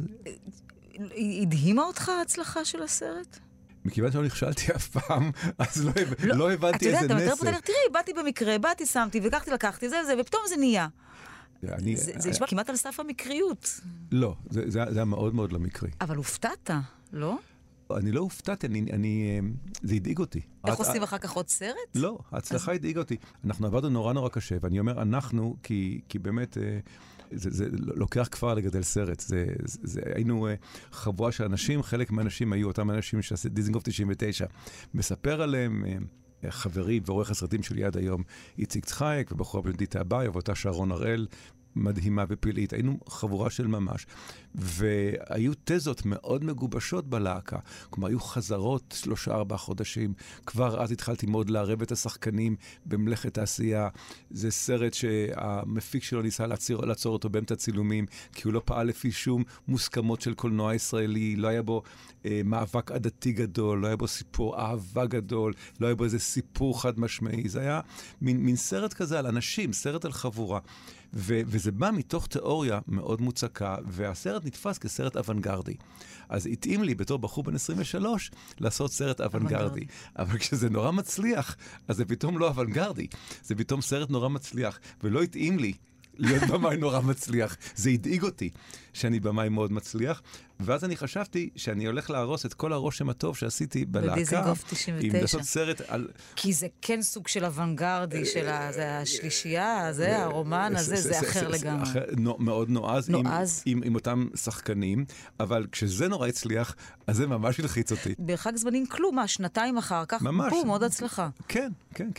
הדהימה אותך ההצלחה של הסרט? מכיוון שלא נכשלתי אף פעם, אז לא הבנתי איזה נסר. אתה יותר פותח, תראי, באתי במקרה, שמתי, לקחתי זה, ופתאום זה נהיה. זה נשמע כמעט על סף המקריות. לא, זה היה מאוד מאוד לא מקרי. אבל הופתעת, לא? אני לא הופתעתי, זה הדאיג אותי. איך עושים אחר כך עוד סרט? לא, ההצלחה הדאיג אותי. אנחנו עבדנו נורא נורא קשה, ואני אומר אנחנו, כי באמת זה לוקח כפר לגדל סרט. היינו חבורה של אנשים, חלק מהאנשים היו אותם אנשים שעשו דיזינגוף 99. מספר עליהם חברי ועורך הסרטים שלי עד היום, איציק צחייק, ובחורה בלדיטה אביי, ואותה שרון הראל, מדהימה ופלאית, היינו חבורה של ממש, והיו תזות מאוד מגובשות בלהקה, כלומר היו חזרות 3-4 חודשים, כבר אז התחלתי מאוד לערב את השחקנים במלאכת העשייה, זה סרט שהמפיק שלו ניסה לעצור אותו באמצע צילומים, כי הוא לא פעל לפי שום מוסכמות של קולנוע ישראלי, לא היה בו מאבק עדתי גדול, לא היה בו סיפור אהבה גדול, לא היה בו איזה סיפור חד משמעי, זה היה מין סרט כזה על אנשים, סרט על חבורה. וזה בא מתוך תיאוריה מאוד מוצקה, והסרט נתפס כסרט אוונגרדי. אז התאים לי בתור בחור בן 23 לעשות סרט אוונגרדי. אבל כשזה נורא מצליח, אז זה פתאום לא אוונגרדי. זה פתאום סרט נורא מצליח, ולא התאים לי להיות במאי נורא מצליח. זה הדאיג אותי שאני במאי מאוד מצליח, ואז אני חשבתי שאני הולך להרוס את כל הרושם הטוב שעשיתי בלהקה. בדיזינגוף 99. עם לעשות סרט על... כי זה כן סוג של אוונגרדי, של השלישייה, זה הרומן הזה, זה אחר לגמרי. מאוד נועז. עם אותם שחקנים, אבל כשזה נורא הצליח, אז זה ממש הלחיץ אותי. בחג זמנים כלום, שנתיים אחר כך, בום, עוד הצלחה. כן.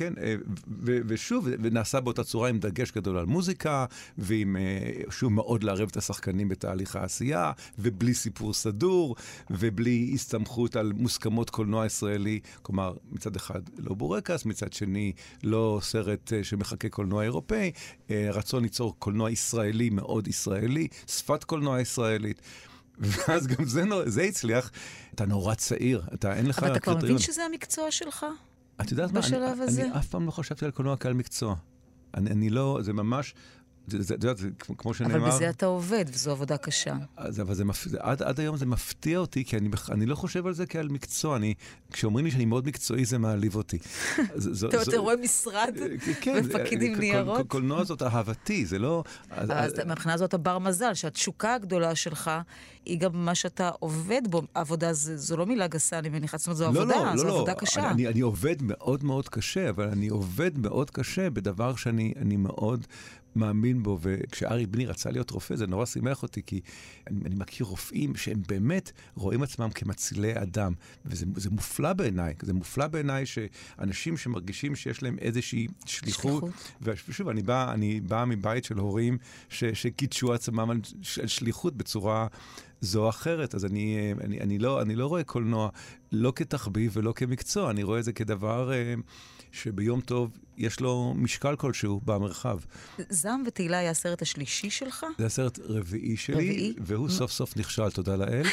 ושוב, ונעשה באותה צורה עם דגש גדול על מוזיקה, ועם שוב מאוד לערב את השחקנים בתהליך העשייה, ובלי סיפור סדור, ובלי הסתמכות על מוסכמות קולנוע ישראלי, כלומר, מצד אחד לא בורקס, מצד שני לא סרט שמחכה קולנוע אירופאי, רצון ליצור קולנוע ישראלי מאוד ישראלי, שפת קולנוע ישראלית, ואז גם זה הצליח. אתה נורא צעיר, אין לך... אבל אתה כבר מבין שזה המקצוע שלך? את יודעת מה? אני אף פעם לא חשבתי על קולנוע כעל מקצוע. אני לא, זה ממש... זה, כמו שנאמר... אבל בזה אתה עובד, וזו עבודה קשה. אבל עד היום זה מפתיע אותי, כי אני לא חושב על זה כעל מקצוע. כשאומרים לי שאני מאוד מקצועי, זה מעליב אותי. אתה רואה משרד ופקיד עם ניירות? קולנוע זאת אהבתי, זה לא... אז מבחינה זאת הבר מזל, שהתשוקה הגדולה שלך, היא גם מה שאתה עובד בו. עבודה זו לא מילה גסה, אני מניחה, זאת אומרת, זו עבודה, זו עבודה קשה. אני עובד מאוד מאוד קשה, אבל אני עובד מאוד קשה בדבר שאני מאוד... מאמין בו, וכשארי בני רצה להיות רופא, זה נורא שימח אותי, כי אני מכיר רופאים שהם באמת רואים עצמם כמצילי אדם, וזה מופלא בעיניי, זה מופלא בעיניי שאנשים שמרגישים שיש להם איזושהי שליחות, ושוב, אני בא מבית של הורים שקידשו עצמם על שליחות בצורה זו אחרת, אז אני לא רואה קולנוע לא כתחביב ולא כמקצוע, אני רואה את זה כדבר שביום טוב יש לו משקל כלשהו במרחב. זעם ותהילה היה הסרט השלישי שלך? זה הסרט רביעי שלי, והוא סוף סוף נכשל, תודה לאל.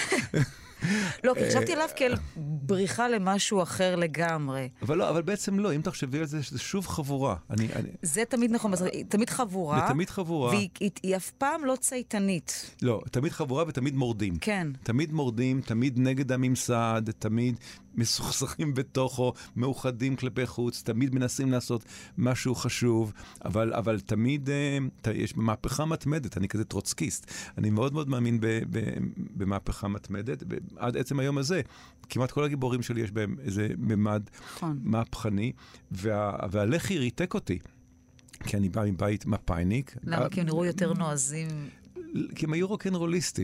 לא, כי חשבתי עליו כאל בריחה למשהו אחר לגמרי. אבל בעצם לא, אם תחשבי על זה, זה שוב חבורה. זה תמיד נכון, תמיד חבורה. ותמיד חבורה. והיא אף פעם לא צייתנית. לא, תמיד חבורה ותמיד מורדים. כן. תמיד מורדים, תמיד נגד הממסד, תמיד מסוכסכים בתוכו, מאוחדים כלפי חוץ, תמיד מנסים לעשות משהו חשוב, אבל תמיד יש מהפכה מתמדת, אני כזה טרוצקיסט. אני מאוד מאוד מאמין במהפכה מתמדת, עד עצם היום הזה, כמעט כל הגיבורים שלי יש בהם איזה ממד מהפכני, והלח"י ריתק אותי, כי אני בא מבית מפאיניק. למה? כי הם נראו יותר נועזים? כי הם היו רוקנרוליסטים.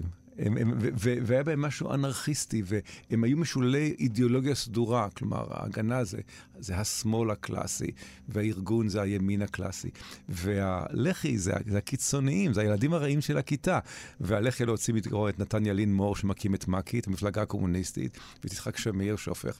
והיה בהם משהו אנרכיסטי, והם היו משולי אידיאולוגיה סדורה, כלומר, ההגנה זה השמאל הקלאסי, והארגון זה הימין הקלאסי, והלח"י זה הקיצוניים, זה הילדים הרעים של הכיתה, והלח"י להוציא מתגרור את נתן ילין מור שמקים את מק"י, את המפלגה הקומוניסטית, ויצחק שמיר שהופך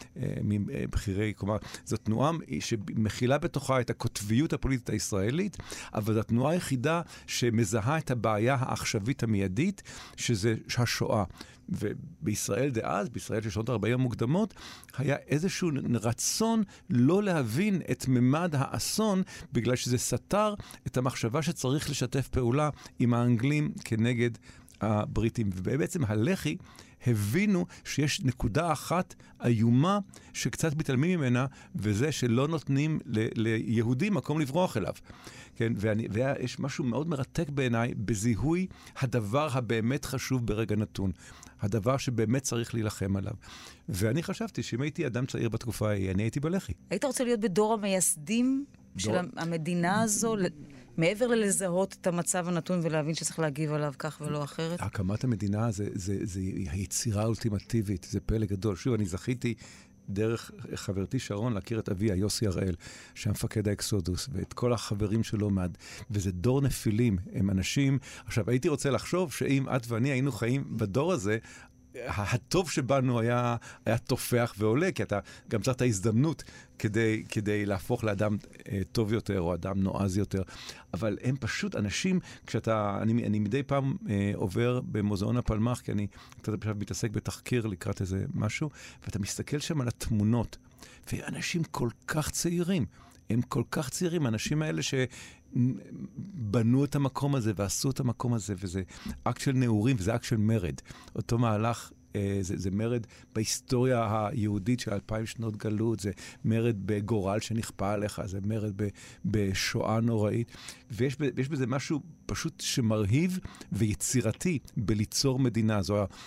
מבחירי, כלומר, זו תנועה שמכילה בתוכה את הקוטביות הפוליטית הישראלית, אבל זו התנועה היחידה שמזהה את הבעיה העכשווית המיידית, שזה השואה. ובישראל דאז, בישראל של שנות ה-40 המוקדמות, היה איזשהו רצון לא להבין את ממד האסון, בגלל שזה סתר את המחשבה שצריך לשתף פעולה עם האנגלים כנגד הבריטים. ובעצם הלח"י הבינו שיש נקודה אחת איומה שקצת מתעלמים ממנה, וזה שלא נותנים ליהודים מקום לברוח אליו. כן, ויש משהו מאוד מרתק בעיניי בזיהוי הדבר הבאמת חשוב ברגע נתון. הדבר שבאמת צריך להילחם עליו. ואני חשבתי שאם הייתי אדם צעיר בתקופה ההיא, אני הייתי בלח"י. היית רוצה להיות בדור המייסדים של המדינה הזו, מעבר ללזהות את המצב הנתון ולהבין שצריך להגיב עליו כך ולא אחרת? הקמת המדינה זה היצירה האולטימטיבית, זה פלא גדול. שוב, אני זכיתי דרך חברתי שרון להכיר את אביה, יוסי הראל, שהמפקד האקסודוס, ואת כל החברים שלו, וזה דור נפילים, הם אנשים, עכשיו הייתי רוצה לחשוב שאם את ואני היינו חיים בדור הזה, הטוב שבנו היה תופח ועולה, כי אתה גם צריך את ההזדמנות כדי להפוך לאדם טוב יותר, או אדם נועז יותר. אבל הם פשוט אנשים, אני מדי פעם עובר במוזיאון הפלמ"ח, כי אני קצת מתעסק בתחקיר לקראת איזה משהו, ואתה מסתכל שם על התמונות, ואנשים כל כך צעירים, הם כל כך צעירים, האנשים האלה שבנו את המקום הזה ועשו את המקום הזה, וזה אקט של נעורים וזה אקט של מרד. אותו מהלך, זה מרד בהיסטוריה היהודית של 2000 שנות גלות, זה מרד בגורל שנכפה עליך, זה מרד בשואה נוראית, ויש בזה משהו פשוט שמרהיב ויצירתי בליצור מדינה.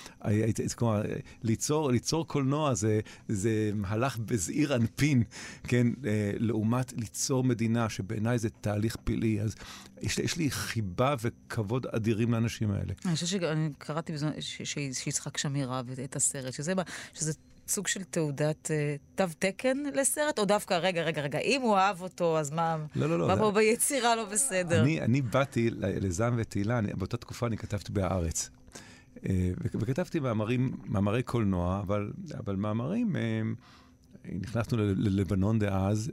ליצור קולנוע זה הלך בזעיר אנפין, כן, לעומת ליצור מדינה, שבעיניי זה תהליך פלאי. אז יש לי חיבה וכבוד אדירים לאנשים האלה. אני חושב שאני קראתי בזמן שיצחק שמיר אהב את הסרט, שזה סוג של תעודת תו תקן לסרט, או דווקא, רגע, אם הוא אהב אותו, אז מה בו ביצירה לא בסדר? אני באתי לזעם ותהילה, באותה תקופה אני כתבתי בהארץ, וכתבתי מאמרי קולנוע, אבל מאמרים, נכנסנו ללבנון דאז,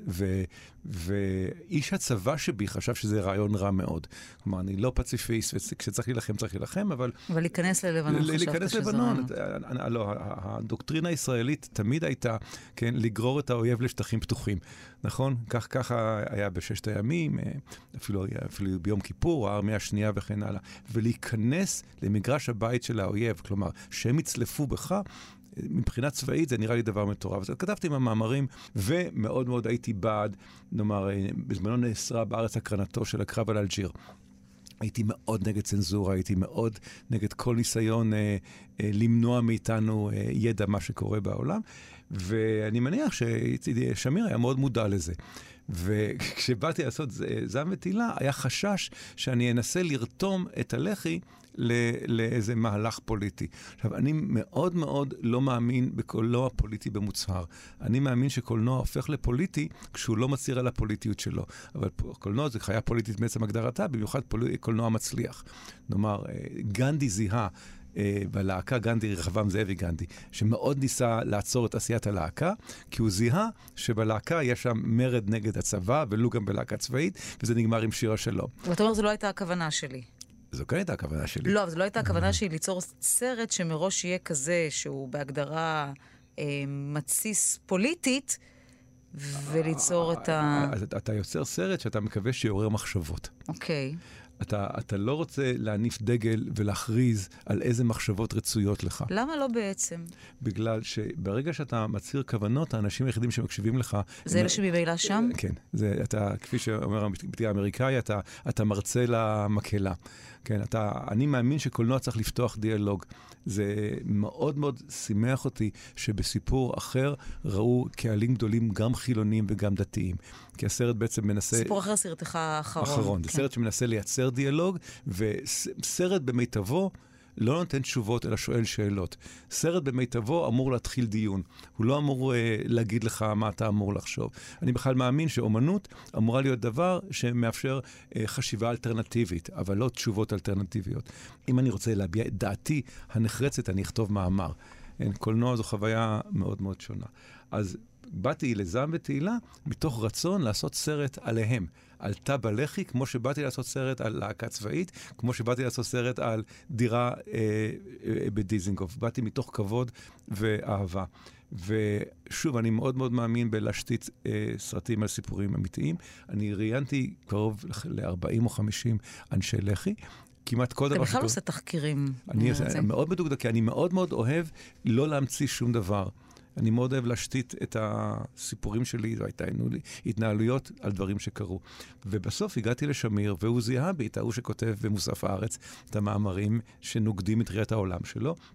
ואיש הצבא שבי חשב שזה רעיון רע מאוד. כלומר, אני לא פציפיסט, וכשצריך להילחם, צריך להילחם, אבל להיכנס ללבנון חשבת שזה לבנון. לא, הדוקטרינה הישראלית תמיד הייתה, כן, לגרור את האויב לשטחים פתוחים. נכון? ככה היה בששת הימים, אפילו ביום כיפור, הארמיה השנייה וכן הלאה. ולהיכנס למגרש הבית של האויב, כלומר, שהם יצלפו בך, מבחינה צבאית זה נראה לי דבר מטורף. אז כתבתי עם המאמרים, ומאוד מאוד הייתי בעד, נאמר, בזמנו נאסרה בארץ הקרנתו של הקרב על אלג'יר. הייתי מאוד נגד צנזורה, הייתי מאוד נגד כל ניסיון למנוע מאיתנו ידע מה שקורה בעולם, ואני מניח ששמיר היה מאוד מודע לזה. וכשבאתי לעשות זעם ותהילה, היה חשש שאני אנסה לרתום את הלח"י לאיזה מהלך פוליטי. עכשיו, אני מאוד מאוד לא מאמין בקולנוע פוליטי במוצהר. אני מאמין שקולנוע הופך לפוליטי כשהוא לא מצהיר על הפוליטיות שלו. אבל קולנוע זה חיה פוליטית בעצם הגדרתה, במיוחד קולנוע מצליח. נאמר, גנדי זיהה, בלהקה גנדי, רחבעם זאבי גנדי, שמאוד ניסה לעצור את עשיית הלהקה, כי הוא זיהה שבלהקה יש שם מרד נגד הצבא, ולא גם בלהקה צבאית, וזה נגמר עם שיר השלום. ואתה אומר, זו לא הייתה הכוונה שלי. זו כן הייתה הכוונה שלי. לא, אבל זו לא הייתה הכוונה שלי ליצור סרט שמראש יהיה כזה, שהוא בהגדרה מתסיס פוליטית, וליצור את ה... אתה יוצר סרט שאתה מקווה שיעורר מחשבות. אוקיי. אתה לא רוצה להניף דגל ולהכריז על איזה מחשבות רצויות לך. למה לא בעצם? בגלל שברגע שאתה מצהיר כוונות, האנשים היחידים שמקשיבים לך... זה אלה שממילא שם? כן. אתה, כפי שאומר המתיע האמריקאי, אתה מרצה למקהלה. כן, אני מאמין שקולנוע צריך לפתוח דיאלוג. זה מאוד מאוד שימח אותי שבסיפור אחר ראו קהלים גדולים גם חילונים וגם דתיים. כי הסרט בעצם מנסה... סיפור אחר סרטך האחרון. זה סרט שמנסה לייצר דיאלוג, וסרט במיטבו לא נותן תשובות, אלא שואל שאלות. סרט במיטבו אמור להתחיל דיון. הוא לא אמור להגיד לך מה אתה אמור לחשוב. אני בכלל מאמין שאומנות אמורה להיות דבר שמאפשר חשיבה אלטרנטיבית, אבל לא תשובות אלטרנטיביות. אם אני רוצה להביע את דעתי הנחרצת, אני אכתוב מאמר. קולנוע זו חוויה מאוד מאוד שונה. אז באתי לזעם ותהילה מתוך רצון לעשות סרט עליהם, על תא בלח"י, כמו שבאתי לעשות סרט על להקה צבאית, כמו שבאתי לעשות סרט על דירה בדיזינגוף. באתי מתוך כבוד ואהבה. ושוב, אני מאוד מאוד מאמין בלהשתית סרטים על סיפורים אמיתיים. אני ראיינתי קרוב ל-40 או 50 אנשי לח"י, כמעט כל דבר... אתה בכלל עושה תחקירים. אני מאוד מדוקדק, כי אני מאוד מאוד אוהב לא להמציא שום דבר. אני מאוד אוהב להשתית את הסיפורים שלי, והיינו לי התנהלויות על דברים שקרו. ובסוף הגעתי לשמיר, והוא זיהה בי את ההוא שכותב במוסף הארץ את המאמרים שנוגדים את ראיית העולם שלו.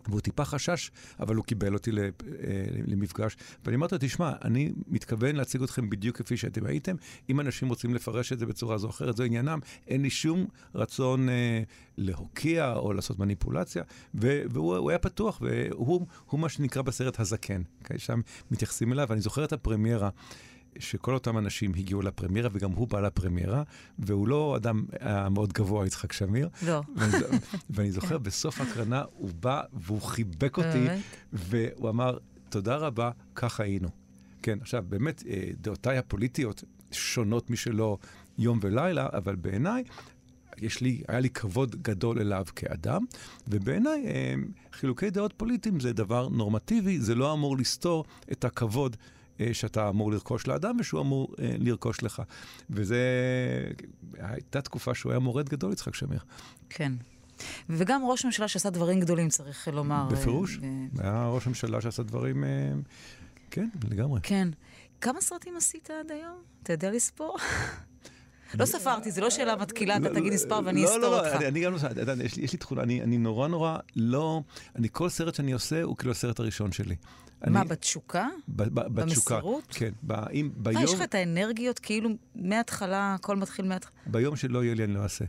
והוא טיפה חשש, אבל הוא קיבל אותי למפגש. ואני אמרתי, תשמע, אני מתכוון להציג אתכם בדיוק כפי שאתם הייתם. אם אנשים רוצים לפרש את זה בצורה זו או אחרת, זו עניינם. אין לי שום רצון להוקיע או לעשות מניפולציה. והוא היה פתוח, והוא מה שנקרא בסרט הזקן. שם מתייחסים אליו, ואני זוכר את הפרמיירה, שכל אותם אנשים הגיעו לפרמיירה, וגם הוא בא לפרמיירה, והוא לא אדם מאוד גבוה, יצחק שמיר. לא. ואני זוכר, בסוף הקרנה הוא בא, והוא חיבק אותי, והוא אמר, תודה רבה, כך היינו. כן, עכשיו, באמת, דעותיי הפוליטיות שונות משלו יום ולילה, אבל בעיניי, היה לי כבוד גדול אליו כאדם, ובעיניי, חילוקי דעות פוליטיים זה דבר נורמטיבי, זה לא אמור לסתור את הכבוד שאתה אמור לרכוש לאדם, ושהוא אמור לרכוש לך. וזה הייתה תקופה שהוא היה מורד גדול, יצחק שמיר. כן. וגם ראש ממשלה שעשה דברים גדולים, צריך לומר. בפירוש. היה ראש ממשלה שעשה דברים, כן, לגמרי. כן. כמה סרטים עשית עד היום? אתה יודע לספור? לא ספרתי, זה לא שאלה מתקילה, אתה תגיד מספר ואני אסתור אותך. לא, אני גם לא, יש לי תכונה, אני נורא, לא, כל סרט שאני עושה הוא כאילו הסרט הראשון שלי. מה, בתשוקה? בתשוקה. במסירות? כן. יש לך את האנרגיות כאילו מההתחלה, הכל מתחיל מההתחלה. ביום שלא יהיה לי, אני לא אעשה.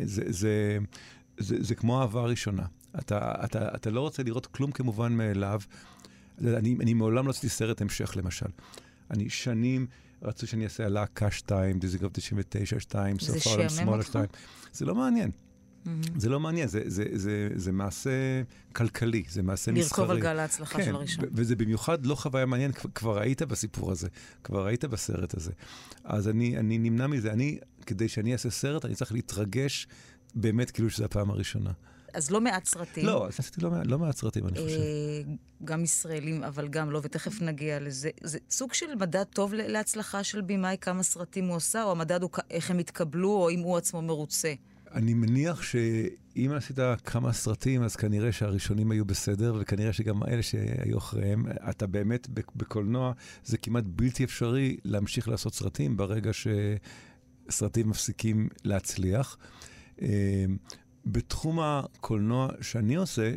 זה כמו אהבה ראשונה. אתה לא רוצה לראות כלום כמובן מאליו. אני מעולם לא עשיתי סרט המשך, למשל. אני שנים רצו שאני אעשה הלהקה 2, דיזיגרף 99, 2, סוף העולם שמאלה 2. זה לא מעניין. זה לא מעניין, זה מעשה כלכלי, זה מעשה מסחרי. לרכוב על גל ההצלחה של הראשון. וזה במיוחד לא חוויה מעניין, כבר היית בסיפור הזה, כבר היית בסרט הזה. אז אני נמנע מזה, כדי שאני אעשה סרט, אני צריך להתרגש באמת כאילו שזו הפעם הראשונה. אז לא מעט סרטים. לא, עשיתי לא מעט סרטים, אני חושב. גם ישראלים, אבל גם לא, ותכף נגיע לזה. זה סוג של מדד טוב להצלחה של בימאי, כמה סרטים הוא עושה, או המדד הוא איך הם התקבלו, או אם הוא עצמו מרוצה. אני מניח שאם עשית כמה סרטים, אז כנראה שהראשונים היו בסדר, וכנראה שגם האלה שהיו אחריהם, אתה באמת בקולנוע, זה כמעט בלתי אפשרי להמשיך לעשות סרטים, ברגע שסרטים מפסיקים להצליח. בתחום הקולנוע שאני עושה,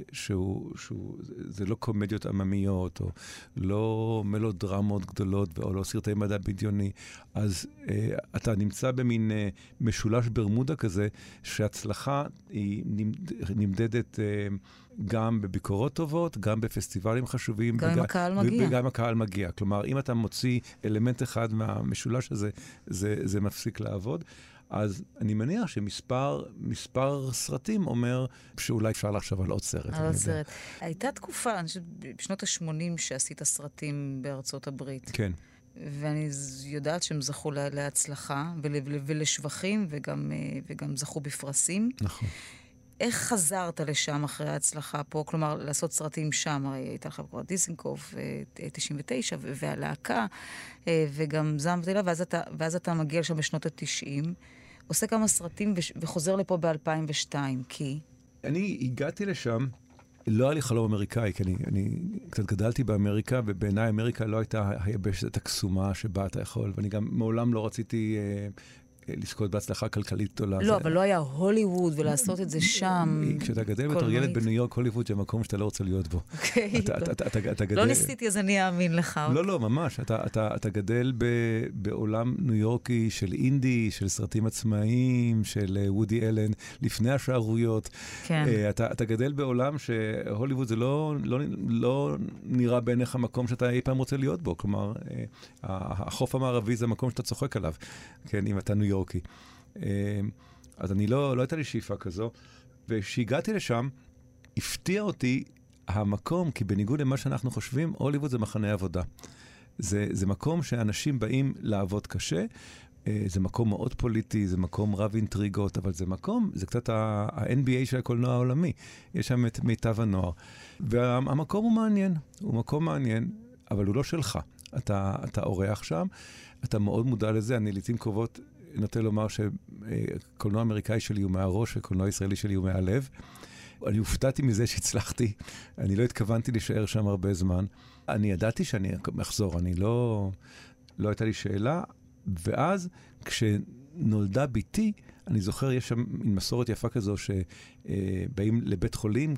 זה לא קומדיות עממיות, או לא מלודרמות גדולות, או לא סרטי מדע בדיוני, אז אתה נמצא במין משולש ברמודה כזה, שהצלחה היא נמדדת גם בביקורות טובות, גם בפסטיבלים חשובים. גם אם הקהל מגיע. וגם הקהל מגיע. כלומר, אם אתה מוציא אלמנט אחד מהמשולש הזה, זה מפסיק לעבוד. אז אני מניח שמספר סרטים אומר שאולי אפשר לחשוב על עוד סרט. על עוד סרט. הייתה תקופה, אני חושבת, בשנות ה-80 שעשית סרטים בארצות הברית. כן. ואני יודעת שהם זכו להצלחה ולשבחים, וגם זכו בפרסים. נכון. איך חזרת לשם אחרי ההצלחה פה? כלומר, לעשות סרטים שם, הרי הייתה לך כבר דיזנגוף, 99, והלהקה, וגם זעם ותהילה, ואז אתה מגיע לשם בשנות ה-90, עושה כמה סרטים וחוזר לפה ב-2002, כי... אני הגעתי לשם, לא היה לי חלום אמריקאי, כי אני קצת גדלתי באמריקה, ובעיניי אמריקה לא הייתה היבשת הקסומה שבה אתה יכול, ואני גם מעולם לא רציתי... לזכות בהצלחה כלכלית גדולה. לא, אבל לא היה הוליווד ולעשות את זה שם. כשאתה גדל בתור ילד בניו יורק, הוליווד זה מקום שאתה לא רוצה להיות בו. לא ניסיתי, אז אני אאמין לך. לא, ממש. אתה גדל בעולם ניו יורקי של אינדי, של סרטים עצמאיים, של וודי אלן, לפני השערויות. אתה גדל בעולם שהוליווד זה לא נראה בעיניך מקום שאתה אי פעם רוצה להיות בו. כלומר, החוף המערבי זה מקום שאתה צוחק עליו. כן, אם אתה ניו יורקי. אז אני לא הייתה לי שאיפה כזו, וכשהגעתי לשם, הפתיע אותי המקום, כי בניגוד למה שאנחנו חושבים, הוליווד זה מחנה עבודה. זה מקום שאנשים באים לעבוד קשה, זה מקום מאוד פוליטי, זה מקום רב אינטריגות, אבל זה קצת ה-NBA של הקולנוע העולמי. יש שם את מיטב הנוער. והמקום הוא מעניין, אבל הוא לא שלך. אתה אורח שם, אתה מאוד מודע לזה, אני לעתים קרובות נוטה לומר שקולנוע אמריקאי שלי הוא מהראש, וקולנוע ישראלי שלי הוא מהלב. אני הופתעתי מזה שהצלחתי, אני לא התכוונתי להישאר שם הרבה זמן. אני ידעתי שאני אחזור, לא הייתה לי שאלה, ואז כשנולדה ביתי, אני זוכר, יש שם מסורת יפה כזו, שבאים לבית חולים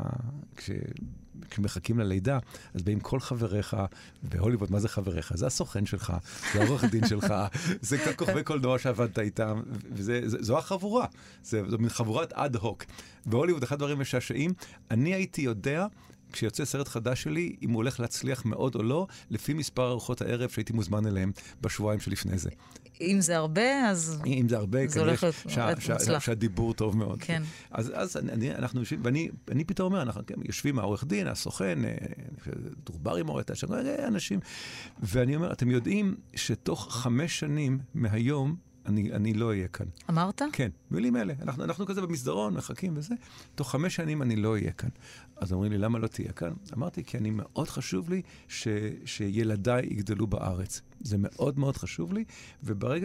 כשמחכים ללידה, אז באים כל חבריך, בהוליווד, מה זה חבריך? זה הסוכן שלך, זה העורך דין שלך, זה כוכבי קולנוע שעבדת איתם, וזו החבורה, זו מין חבורת אד הוק. בהוליווד, אחד הדברים משעשעים, אני הייתי יודע, כשיוצא סרט חדש שלי, אם הוא הולך להצליח מאוד או לא, לפי מספר ארוחות הערב שהייתי מוזמן אליהם בשבועיים שלפני זה. אם זה הרבה, אז... אם זה הרבה, זה הולך להיות מוצלח. שהדיבור טוב מאוד. כן. אז אנחנו יושבים, ואני פתאום אומר, אנחנו יושבים מהעורך דין, הסוכן, דורבר עם עורך, אנשים, ואני אומר, אתם יודעים שתוך 5 שנים מהיום, אני לא אהיה כאן. אמרת? כן, מילים אלה. אנחנו כזה במסדרון, מחכים וזה. תוך 5 שנים אני לא אהיה כאן. אז אומרים לי, למה לא תהיה כאן? אמרתי, כי אני מאוד חשוב לי שילדיי יגדלו בארץ. זה מאוד מאוד חשוב לי, וברגע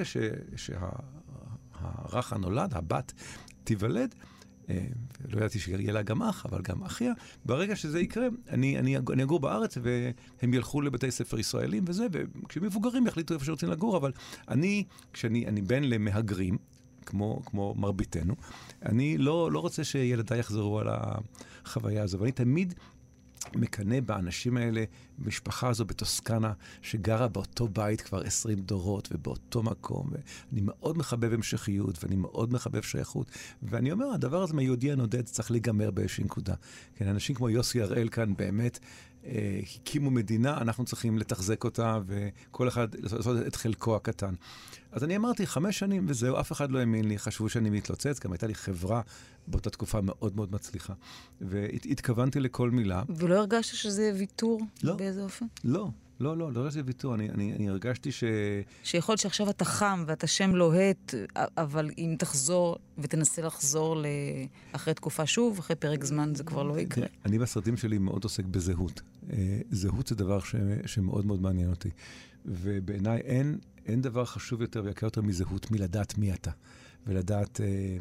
שהרך הנולד, הבת, תיוולד, לא ידעתי שיהיה לה גם אח, אבל גם אחיה, ברגע שזה יקרה, אני אגור בארץ, והם ילכו לבתי ספר ישראלים וזה, וכשמבוגרים יחליטו איפה שרוצים לגור, אבל כשאני בן למהגרים, כמו מרביתנו, אני לא רוצה שילדיי יחזרו על החוויה הזו, ואני תמיד מקנה באנשים האלה, משפחה הזו בטוסקנה, שגרה באותו בית כבר 20 דורות, ובאותו מקום, ואני מאוד מחבב המשכיות, ואני מאוד מחבב שייכות, ואני אומר, הדבר הזה מהיהודי הנודד צריך להיגמר באיזושהי נקודה. כן, אנשים כמו יוסי הראל כאן באמת, הקימו מדינה, אנחנו צריכים לתחזק אותה, וכל אחד לעשות את חלקו הקטן. אז אני אמרתי, 5 שנים וזהו, אף אחד לא האמין לי, חשבו שאני מתלוצץ, גם הייתה לי חברה באותה תקופה מאוד מאוד מצליחה. והתכוונתי לכל מילה. ולא הרגשת שזה ויתור? לא. באיזה אופן? לא הרגשתי שזה ויתור. אני הרגשתי שיכול להיות שעכשיו אתה חם ואתה שם לוהט, אבל אם תחזור ותנסה לחזור אחרי תקופה שוב, אחרי פרק זמן, זה כבר לא יקרה. אני בסרטים שלי מאוד עוסק בזהות. זהות זה דבר שמאוד מאוד מעניין אותי. ובעיניי אין דבר חשוב יותר ויקר יותר מזהות, מלדעת מי אתה. ולדעת,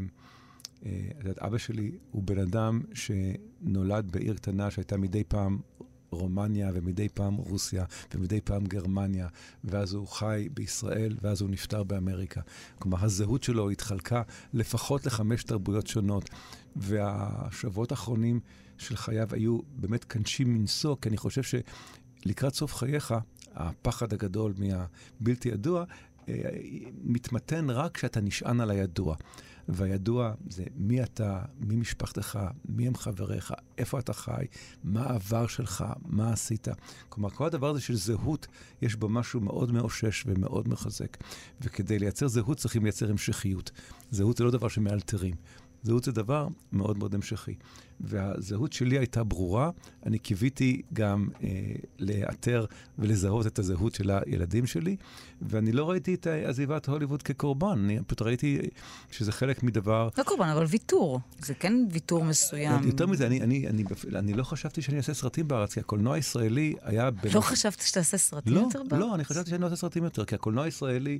אבא שלי הוא בן אדם שנולד בעיר קטנה שהייתה מדי פעם רומניה ומדי פעם רוסיה ומדי פעם גרמניה, ואז הוא חי בישראל ואז הוא נפטר באמריקה. כלומר, הזהות שלו התחלקה לפחות ל5 תרבויות שונות, והשבועות האחרונים של חייו היו באמת קנשים מנסוע, כי אני חושב שלקראת סוף חייך, הפחד הגדול מהבלתי ידוע, מתמתן רק כשאתה נשען על הידוע. והידוע זה מי אתה, מי משפחתך, מי הם חבריך, איפה אתה חי, מה העבר שלך, מה עשית. כלומר, כל הדבר הזה של זהות, יש בו משהו מאוד מאושש ומאוד מחזק. וכדי לייצר זהות צריכים לייצר המשכיות. זהות זה לא דבר שמאלתרים. זהות זה דבר מאוד מאוד המשכי. והזהות שלי הייתה ברורה, אני קיוויתי גם לאתר ולזהות את הזהות של הילדים שלי, ואני לא ראיתי את עזיבת הוליווד כקורבן, אני פשוט ראיתי שזה חלק מדבר... לא קורבן, אבל ויתור. זה כן ויתור מסוים. יותר מזה, אני לא חשבתי שאני אעשה סרטים בארץ, כי הקולנוע הישראלי היה... לא חשבת שתעשה סרטים יותר בארץ? לא, אני חשבתי שאני לא אעשה סרטים יותר, כי הקולנוע הישראלי...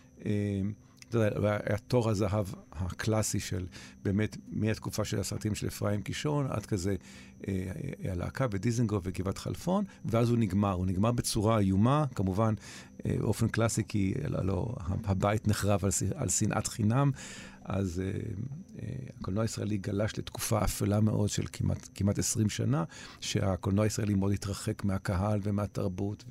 היה תור הזהב הקלאסי של באמת מהתקופה של הסרטים של אפרים קישון, עד כזה הלהקה בדיזנגוף וגבעת חלפון, ואז הוא נגמר בצורה איומה, כמובן אופן קלאסי, כי הבית נחרב על שנאת חינם, אז הקולנוע הישראלי גלש לתקופה אפלה מאוד של כמעט 20 שנה, שהקולנוע הישראלי מאוד התרחק מהקהל ומהתרבות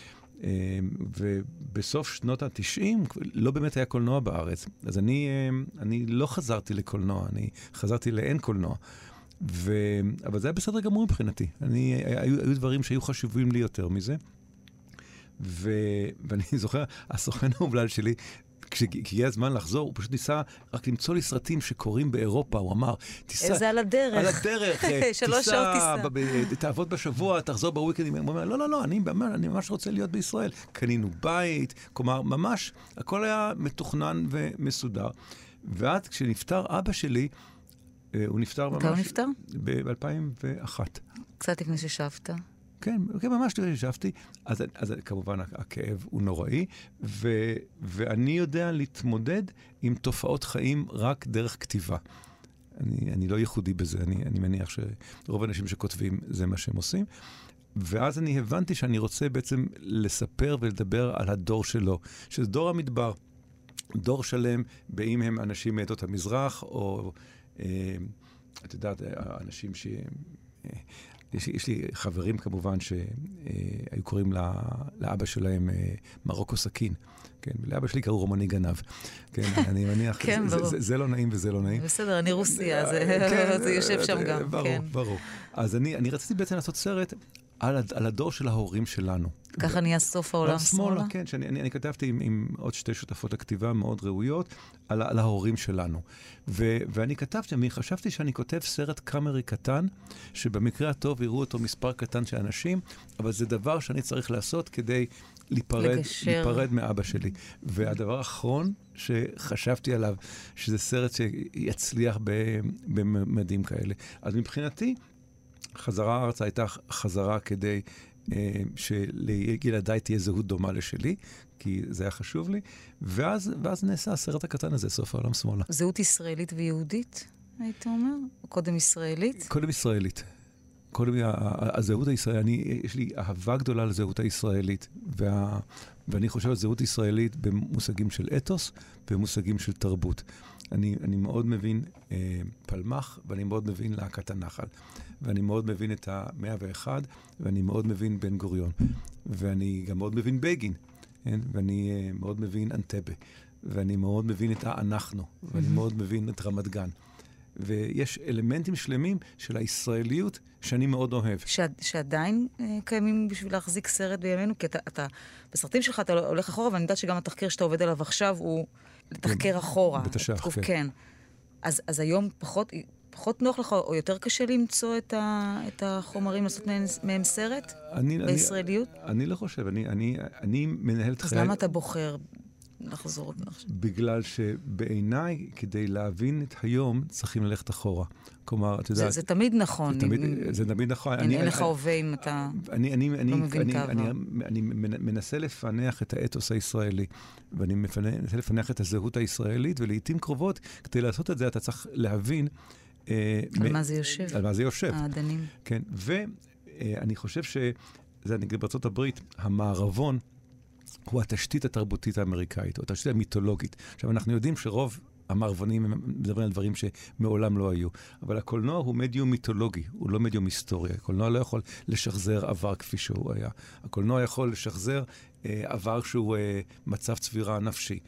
ובסוף שנות ה-90 לא באמת היה קולנוע בארץ. אז אני לא חזרתי לקולנוע, אני חזרתי לאין קולנוע. אבל זה היה בסדר גמור מבחינתי. היו דברים שהיו חשובים לי יותר מזה. ואני זוכר, הסוכן האומלל שלי, כשהגיע הזמן לחזור, הוא פשוט ניסה רק למצוא לי סרטים שקורים באירופה, הוא אמר, תיסע... זה על הדרך. על הדרך. 3 שעות תיסע. תעבוד בשבוע, תחזור בוויקנדים. הוא אומר, לא, אני ממש רוצה להיות בישראל. קנינו בית, כלומר, ממש, הכל היה מתוכנן ומסודר. ועד כשנפטר אבא שלי, הוא נפטר ממש... כמה הוא נפטר? ב-2001. קצת לפני ששבת. כן, ממש לפני ששבתי, אז כמובן הכאב הוא נוראי, ואני יודע להתמודד עם תופעות חיים רק דרך כתיבה. אני לא ייחודי בזה, אני מניח שרוב האנשים שכותבים זה מה שהם עושים, ואז אני הבנתי שאני רוצה בעצם לספר ולדבר על הדור שלו, שזה דור המדבר. דור שלם, באם הם אנשים מעדות המזרח, או, את יודעת, אנשים ש... יש לי חברים כמובן שהיו קוראים לאבא שלהם מרוקו סכין. כן, לאבא שלי קראו רומני גנב. כן, אני מניח, זה לא נעים וזה לא נעים. בסדר, אני רוסיה, זה יושב שם גם. ברור. אז אני רציתי בעצם לעשות סרט על הדור של ההורים שלנו. ככה נהיה סוף העולם שמאלה? כן, אני כתבתי עם עוד 2 שותפות הכתיבה מאוד ראויות על ההורים שלנו. ואני כתבתי, חשבתי שאני כותב סרט קאמרי קטן, שבמקרה הטוב יראו אותו מספר קטן של אנשים, אבל זה דבר שאני צריך לעשות כדי להיפרד מאבא שלי. והדבר האחרון שחשבתי עליו, שזה סרט שיצליח בממדים כאלה. אז מבחינתי, חזרה הארצה הייתה חזרה כדי שלילדיי תהיה זהות דומה לשלי, כי זה היה חשוב לי, ואז נעשה הסרט הקטן הזה, סוף העולם שמאלה. זהות ישראלית ויהודית, היית אומר? או קודם ישראלית? קודם ישראלית. קודם הזהות הישראלית, יש לי אהבה גדולה לזהות הישראלית, ואני חושב על זהות ישראלית במושגים של אתוס ובמושגים של תרבות. אני מאוד מבין פלמח, ואני מאוד מבין להקת הנחל. ואני מאוד מבין את ה-101, ואני מאוד מבין בן גוריון. ואני גם מאוד מבין בגין, ואני מאוד מבין אנטבה. ואני מאוד מבין את האנחנו, ואני מאוד מבין את רמת גן. ויש אלמנטים שלמים של הישראליות שאני מאוד אוהב. שעדיין קיימים בשביל להחזיק סרט בימינו, כי אתה בסרטים שלך אתה הולך אחורה, ואני יודעת שגם התחקיר שאתה עובד עליו עכשיו הוא לתחקר אחורה. בתש"ח, כן. אז היום פחות נוח לך, או יותר קשה למצוא את החומרים, לעשות מהם סרט בישראליות? אני לא חושב, אני מנהל את חיי... אז למה אתה בוחר לחזור עכשיו? בגלל שבעיניי, כדי להבין את היום, צריכים ללכת אחורה. כלומר, אתה יודע... זה תמיד נכון. זה תמיד נכון. אין לך הווה אם אתה לא מבין כעבר. אני מנסה לפענח את האתוס הישראלי, ואני מנסה לפענח את הזהות הישראלית, ולעיתים קרובות, כדי לעשות את זה, אתה צריך להבין... על מה זה יושב. על מה זה יושב. העדנים. כן, ואני חושב שזה נגיד בארצות הברית, המערבון, הוא התשתית התרבותית האמריקאית, או התשתית המיתולוגית. עכשיו, אנחנו יודעים שרוב המערבונים מדברים על דברים שמעולם לא היו. אבל הקולנוע הוא מדיום מיתולוגי, הוא לא מדיום היסטורי. הקולנוע לא יכול לשחזר עבר כפי שהוא היה. הקולנוע יכול לשחזר עבר שהוא מצב צבירה נפשי.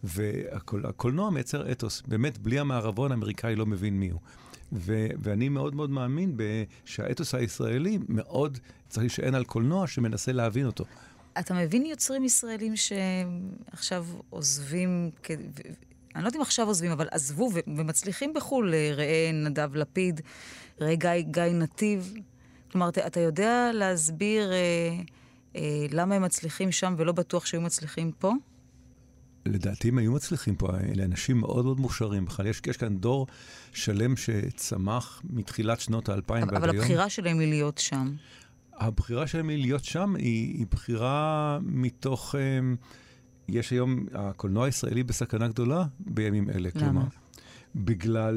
והקולנוע מייצר אתוס. באמת, בלי המערבון האמריקאי לא מבין מי הוא. ואני מאוד מאוד מאמין שהאתוס הישראלי מאוד צריך להישען על קולנוע שמנסה להבין אותו. אתה מבין יוצרים ישראלים שעכשיו עוזבים, אני לא יודעת אם עכשיו עוזבים, אבל עזבו ומצליחים בחול, ראה נדב לפיד, ראה גיא נתיב. כלומר, אתה יודע להסביר למה הם מצליחים שם ולא בטוח שהיו מצליחים פה? לדעתי הם היו מצליחים פה, אלה אנשים מאוד מאוד מוכשרים. בכלל יש כאן דור שלם שצמח מתחילת שנות ה-2000 ועד היום. אבל הבחירה שלהם היא להיות שם. הבחירה שלהם להיות שם היא בחירה מתוך... יש היום, הקולנוע הישראלי בסכנה גדולה בימים אלה. למה? כלומר, בגלל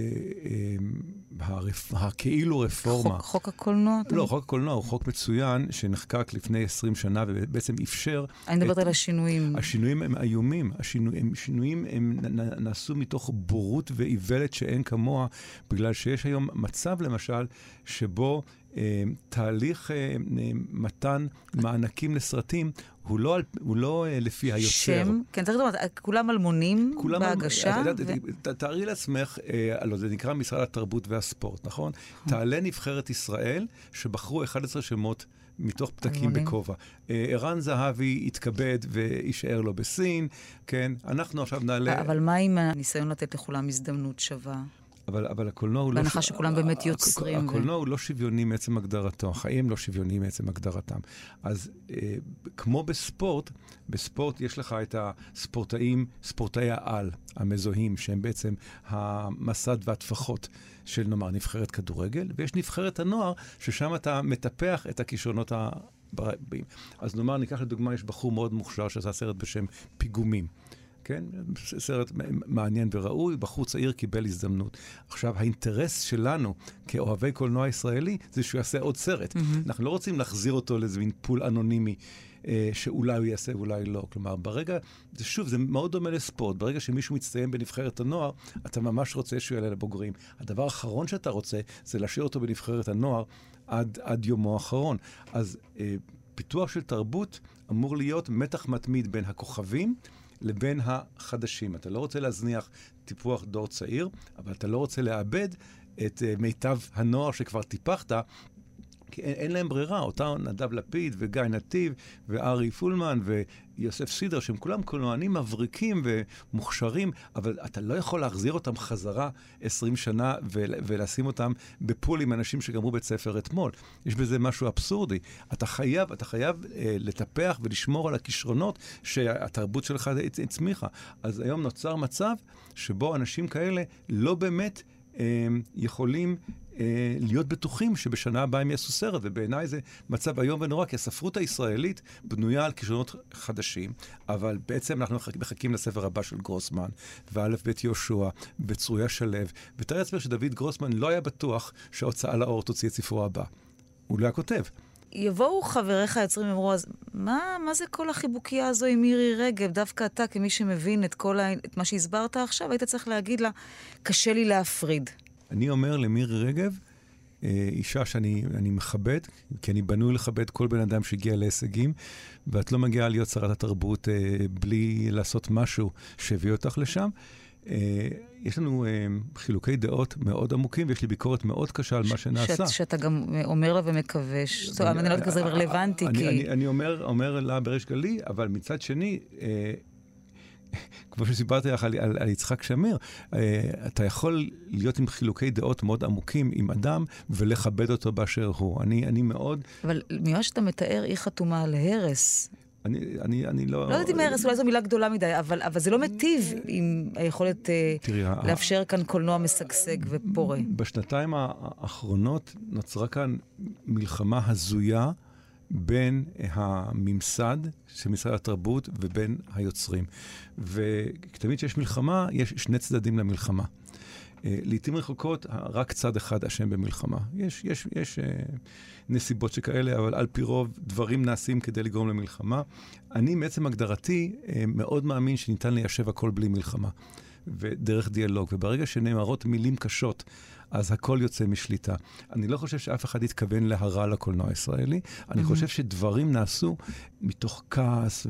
הכאילו רפורמה... חוק הקולנוע? לא, חוק הקולנוע הוא חוק מצוין שנחקק לפני 20 שנה ובעצם אפשר... אני מדברת על השינויים. השינויים הם איומים. השינויים הם נעשו מתוך בורות ואיוולת שאין כמוה, בגלל שיש היום מצב למשל שבו תהליך מתן מענקים לסרטים הוא לא לפי היוצר. שם, כן, צריך לומר, כולם אלמונים בהגשה. תארי לעצמך, זה נקרא משרד התרבות והספורט, נכון? תעלה נבחרת ישראל שבחרו 11 שמות מתוך פתקים בכובע. ערן זהבי התכבד וישאר לו בסין, כן? אנחנו עכשיו נעלה... אבל מה עם הניסיון לתת לכולם הזדמנות שווה? אבל הקולנוע הוא לא... בהנחה שכולם באמת יוצרים. הקולנוע הוא לא שוויוני מעצם הגדרתו, החיים לא שוויוני מעצם הגדרתם. אז כמו בספורט יש לך את ספורטאי העל, המזוהים, שהם בעצם המסד והטפחות של נאמר נבחרת כדורגל, ויש נבחרת הנוער, ששם אתה מטפח את הכישרונות הבאים. אז נאמר, ניקח לדוגמה, יש בחור מאוד מוכשר שעשה סרט בשם פיגומים. כן? סרט מעניין וראוי, בחור צעיר קיבל הזדמנות. עכשיו, האינטרס שלנו כאוהבי קולנוע ישראלי זה שהוא יעשה עוד סרט. אנחנו לא רוצים להחזיר אותו לאיזה מין פול אנונימי שאולי הוא יעשה ואולי לא. כלומר, ברגע, שוב, זה מאוד דומה לספורט. ברגע שמישהו מצטיין בנבחרת הנוער, אתה ממש רוצה שהוא יעלה לבוגרים. הדבר האחרון שאתה רוצה זה להשאיר אותו בנבחרת הנוער עד יומו האחרון. אז פיתוח של תרבות אמור להיות מתח מתמיד בין הכוכבים לבין החדשים. אתה לא רוצה להזניח טיפוח דור צעיר, אבל אתה לא רוצה לאבד את מיטב הנוער שכבר טיפחת, כי אין להם ברירה. אותה נדב לפיד וגיא נתיב וארי פולמן ויוסף סידר, שהם כולם קולנוענים מבריקים ומוכשרים, אבל אתה לא יכול להחזיר אותם חזרה 20 שנה ולשים אותם בפול עם אנשים שגמרו בית ספר אתמול. יש בזה משהו אבסורדי. אתה חייב לטפח ולשמור על הכישרונות שהתרבות שלך הצמיחה. אז היום נוצר מצב שבו אנשים כאלה לא באמת יכולים להיות בטוחים שבשנה הבאה הם יעשו סרט, ובעיניי זה מצב היום ונורא, כי הספרות הישראלית בנויה על כישרונות חדשים, אבל בעצם אנחנו מחכים לספר הבא של גרוסמן, ואלף בית יהושע, וצרויה שלו, ותראה לעצמך שדוד גרוסמן לא היה בטוח שההוצאה לאור תוציא את ספרו הבא. הוא לא היה כותב. יבואו חבריך היוצרים ואמרו, אז מה זה כל החיבוקיה הזו עם מירי רגב? דווקא אתה, כמי שמבין את מה שהסברת עכשיו, היית צריך להגיד לה, קשה לי להפריד. אני אומר למירי רגב, אישה שאני מכבד, כי אני בנוי לכבד כל בן אדם שהגיע להישגים, ואת לא מגיעה להיות שרת התרבות בלי לעשות משהו שהביא אותך לשם. יש לנו חילוקי דעות מאוד עמוקים, ויש לי ביקורת מאוד קשה על מה שנעשה. שאתה גם אומר לה ומקווה, אני לא יודעת כזה רלוונטי, כי... אני אומר לה בריש גלי, אבל מצד שני... כמו שסיפרתי לך על יצחק שמיר, אתה יכול להיות עם חילוקי דעות מאוד עמוקים עם אדם, ולכבד אותו באשר הוא. אני מאוד... אבל ממה שאתה מתאר, היא חתומה על הרס. אני לא... לא יודעת אם הרס, אולי זו מילה גדולה מדי, אבל זה לא מטיב עם היכולת לאפשר כאן קולנוע משגשג ופורה. בשנתיים האחרונות נוצרה כאן מלחמה הזויה, בין הממסד של משרד התרבות ובין היוצרים. וכתמיד שיש מלחמה, יש שני צדדים למלחמה. לעתים רחוקות, רק צד אחד אשם במלחמה. יש נסיבות שכאלה, אבל על פי רוב דברים נעשים כדי לגרום למלחמה. אני מעצם הגדרתי מאוד מאמין שניתן ליישב הכל בלי מלחמה. ודרך דיאלוג. וברגע שנאמרות מילים קשות, אז הכל יוצא משליטה. אני לא חושב שאף אחד יתכוון להרע לקולנוע הישראלי. אני חושב שדברים נעשו מתוך כעס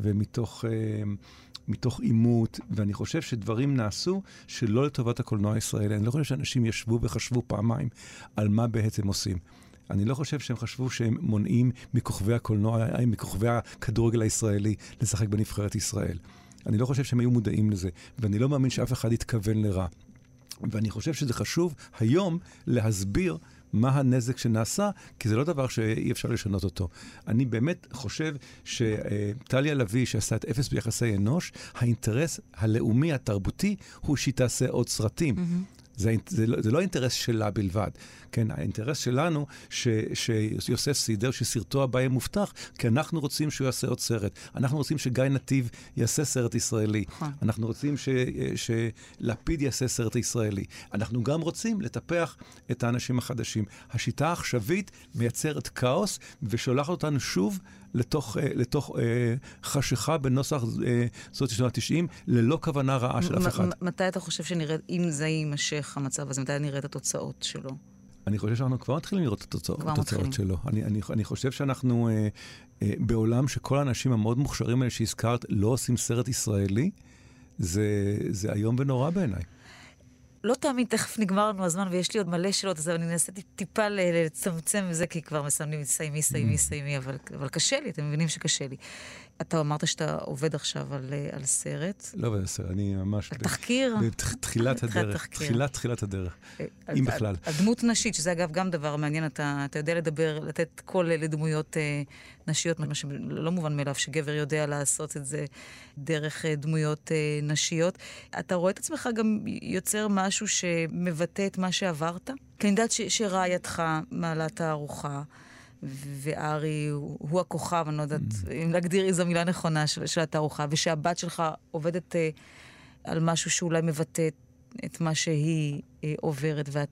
ומתוך אימות, ואני חושב שדברים נעשו שלא לטובת הקולנוע הישראלי. אני לא חושב שאנשים ישבו וחשבו פעמיים על מה בעצם עושים. אני לא חושב שהם חשבו שהם מונעים מכוכבי הקולנוע, מכוכבי הכדורגל הישראלי לשחק בנבחרת ישראל. אני לא חושב שהם היו מודעים לזה, ואני לא מאמין שאף אחד יתכוון לרע. ואני חושב שזה חשוב היום להסביר מה הנזק שנעשה, כי זה לא דבר שאי אפשר לשנות אותו. אני באמת חושב שטליה לוי, שעשה את אפס ביחסי אנוש, האינטרס הלאומי התרבותי הוא שהיא תעשה עוד סרטים. זה לא האינטרס שלה בלבד. כן, האינטרס שלנו שיוסף סידר, שסרטו הבא יהיה מובטח, כי אנחנו רוצים שהוא יעשה עוד סרט. אנחנו רוצים שגיא נתיב יעשה סרט ישראלי. אנחנו רוצים שלפיד יעשה סרט ישראלי. אנחנו גם רוצים לטפח את האנשים החדשים. השיטה העכשווית מייצרת כאוס, ושולחת אותנו שוב לתוך חשיכה בנוסח זאת שנות ה-90, ללא כוונה רעה של אף אחד. מתי אתה חושב שנראה, אם זה יימשך המצב הזה, מתי נראה את התוצאות שלו? אני חושב שאנחנו כבר מתחילים לראות את התוצאות שלו. אני חושב שאנחנו בעולם שכל האנשים המאוד מוכשרים האלה שהזכרת לא עושים סרט ישראלי, זה היום ונורא בעיניי. לא תאמין, תכף נגמרנו הזמן, ויש לי עוד מלא שאלות, אז אני אנסה טיפה לצמצם וזה, כי כבר מסמנים, סיימי, אבל קשה לי, אתם מבינים שקשה לי. אתה אמרת שאתה עובד עכשיו על סרט. לא עובד על סרט, אני ממש... תחקיר? בתחילת הדרך. תחילת הדרך. אם בכלל. הדמות נשית, שזה אגב גם דבר מעניין, אתה יודע לדבר, לתת קול לדמויות נשיות, מה שלא מובן מאליו, שגבר יודע לעשות את זה דרך דמויות נשיות. אתה רואה את עצמך גם יוצר משהו שמבטא את מה שעברת? כי אני יודעת שרעייתך מעלה תערוכה, וארי הוא הכוכב, אני לא יודעת אם להגדיר איזו מילה נכונה של התערוכה, ושהבת שלך עובדת על משהו שאולי מבטא את מה שהיא עוברת ואתה.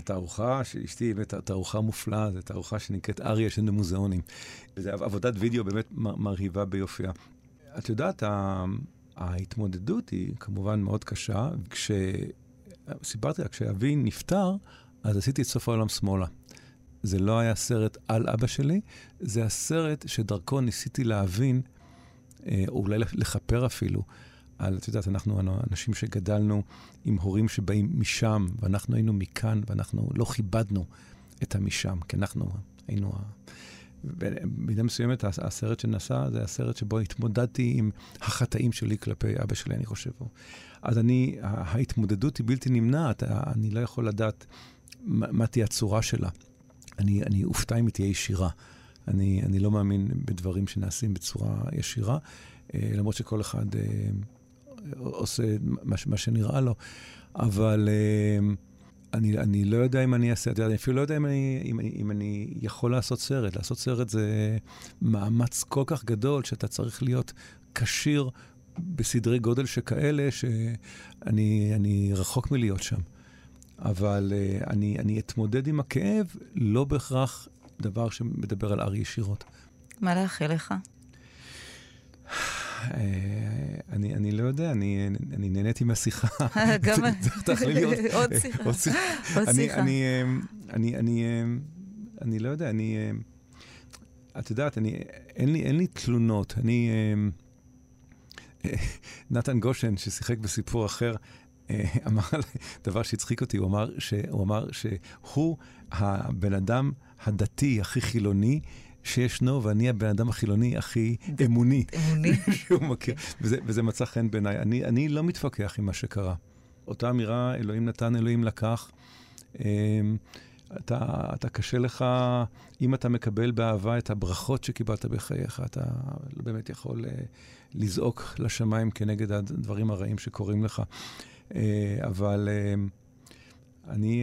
התערוכה של אשתי, באמת תערוכה מופלאה, זו תערוכה שנקראת אריה של מוזיאונים. וזו עבודת וידאו באמת מרהיבה ביופייה. את יודעת, ההתמודדות היא כמובן מאוד קשה. סיפרתי לה, כשאבי נפטר, אז עשיתי את סוף העולם שמאלה. זה לא היה סרט על אבא שלי, זה הסרט שדרכו ניסיתי להבין, או אולי לכפר אפילו, על, את יודעת, אנחנו אנשים שגדלנו עם הורים שבאים משם, ואנחנו היינו מכאן, ואנחנו לא כיבדנו את המשם, כי אנחנו היינו... במידה מסוימת, הסרט שנעשה, זה הסרט שבו התמודדתי עם החטאים שלי כלפי אבא שלי, אני חושב. אז ההתמודדות היא בלתי נמנעת, אני לא יכול לדעת מה תהיה הצורה שלה. אני אופתע אם היא תהיה ישירה. אני לא מאמין בדברים שנעשים בצורה ישירה, למרות שכל אחד עושה מה שנראה לו, אבל אני לא יודע אם אני אעשה, אני אפילו לא יודע אם אני יכול לעשות סרט. לעשות סרט זה מאמץ כל כך גדול שאתה צריך להיות קשיר בסדרי גודל שכאלה, שאני רחוק מלהיות שם. אבל אני אתמודד עם הכאב, לא בהכרח דבר שמדבר על ארי ישירות. מה לאחל לך? אני לא יודע, אני נהניתי מהשיחה. גם עוד שיחה. אני לא יודע, את יודעת, אין לי תלונות. נתן גושן, ששיחק בסיפור אחר, אמר דבר שהצחיק אותי, הוא אמר שהוא הבן אדם הדתי הכי חילוני שישנו, ואני הבן אדם החילוני הכי אמוני. שהוא מכיר. וזה מצא חן בעיניי. אני לא מתווכח עם מה שקרה. אותה אמירה, אלוהים נתן, אלוהים לקח. אתה קשה לך, אם אתה מקבל באהבה את הברכות שקיבלת בחייך, אתה לא באמת יכול לזעוק לשמיים כנגד הדברים הרעים שקורים לך. אבל אני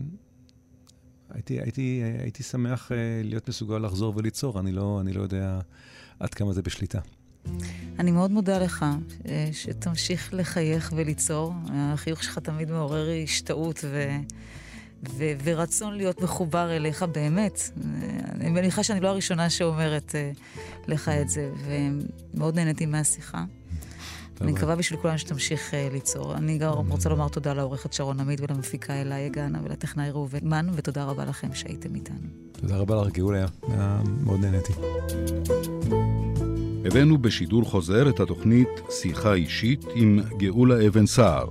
הייתי שמח להיות מסוגל לחזור וליצור. אני לא יודע עד כמה זה בשליטה. אני מאוד מודה לך שתמשיך לחייך וליצור. החיוך שלך תמיד מעורר השתאות ורצון להיות מחובר אליך באמת. אני מניחה שאני לא הראשונה שאומרת לך את זה, ומאוד נהניתי מהשיחה. אני מקווה בשביל כולנו שתמשיך ליצור. אני גם רוצה לומר תודה לעורכת שרון עמית ולמפיקה אלה יגנה ולטכנאי ראובן מן, ותודה רבה לכם שהייתם איתנו. תודה רבה לך גאולה, מאוד נהניתי. הבאנו בשידור חוזר את התוכנית שיחה אישית עם גאולה אבן סער.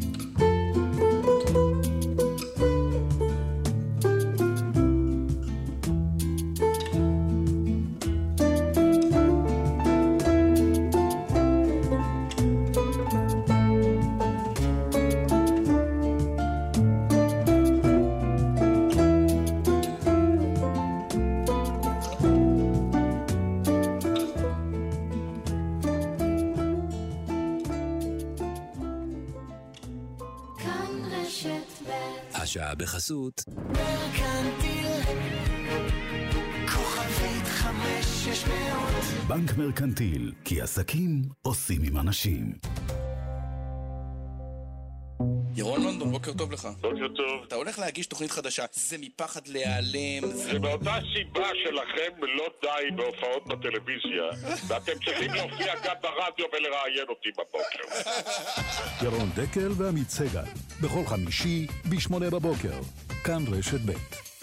השעה בחסות מרקנטיל כוכבית 5600 בנק מרקנטיל, כי עסקים עושים עם אנשים. ירון לונדון, בוקר טוב לך. בוקר טוב. אתה הולך להגיש תוכנית חדשה, זה מפחד להיעלם. זה באותה סיבה שלכם לא די בהופעות בטלוויזיה, ואתם צריכים להופיע גם ברדיו ולראיין אותי בבוקר. ירון דקל ועמית סגל, בכל חמישי ב8 בבוקר, כאן רשת ב'.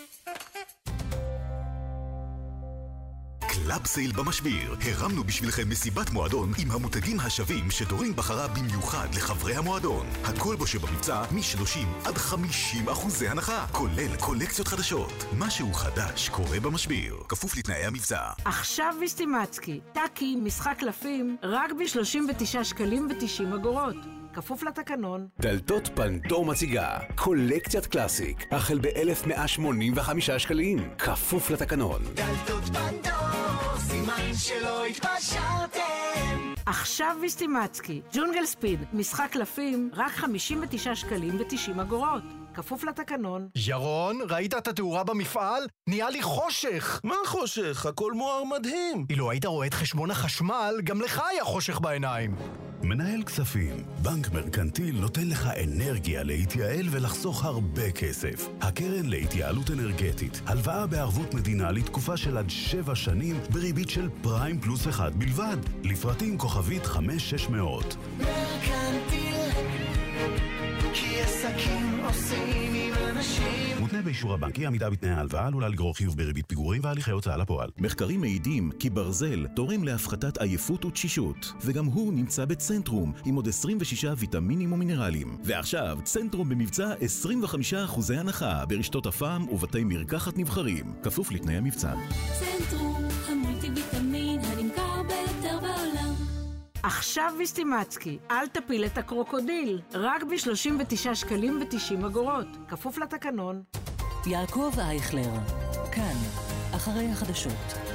קלאב סייל במשביר, הרמנו בשבילכם מסיבת מועדון עם המותגים השווים שדורין בחרה במיוחד לחברי המועדון. הכל בו שבמבצע מ-30 עד 50% הנחה, כולל קולקציות חדשות. משהו חדש קורה במשביר, כפוף לתנאי המבצע. עכשיו ויסטימצקי, טאקי, משחק קלפים, רק ב-39 שקלים ו90 אגורות. כפוף לתקנון. דלתות פנדור מציגה קולקציית קלאסיק החל ב-1185 שקלים, כפוף לתקנון. דלתות פנדור, סימן שלא התפשרתם. עכשיו ויסטימצקי, ג'ונגל ספיד, משחק קלפים, רק 59 שקלים ו90 אגורות. כפוף לתקנון. ירון, ראית את התאורה במפעל? נהיה לי חושך. מה חושך? הכל מואר מדהים. אילו היית רואה את חשבון החשמל, גם לך היה חושך בעיניים. מנהל כספים. בנק מרקנטיל נותן לך אנרגיה להתייעל ולחסוך הרבה כסף. הקרן להתייעלות אנרגטית. הלוואה בערבות מדינה לתקופה של עד 7 שנים בריבית של פריים פלוס 1 בלבד. לפרטים כוכבית 5600. מרקנטיל, כי עסקים עושים עם אנשים. מותנה באישור הבנק, אי עמידה בתנאי ההלוואה עלולה לגרור חיוב בריבית פיגורים והליכי הוצאה לפועל. מחקרים מעידים כי ברזל תורם להפחתת עייפות ותשישות, וגם הוא נמצא בצנטרום עם עוד 26 ויטמינים ומינרלים. ועכשיו צנטרום במבצע 25% הנחה ברשתות הפעם ובתי מרקחת נבחרים, כפוף לתנאי המבצע. צנטרום, המולטי ויטמין הנמכר ביותר בעולם. עכשיו ביסטימצקי, אל תפיל את הקרוקודיל, רק ב-39 שקלים ו90 אגורות, כפוף לתקנון. יעקב אייכלר, כאן, אחרי החדשות.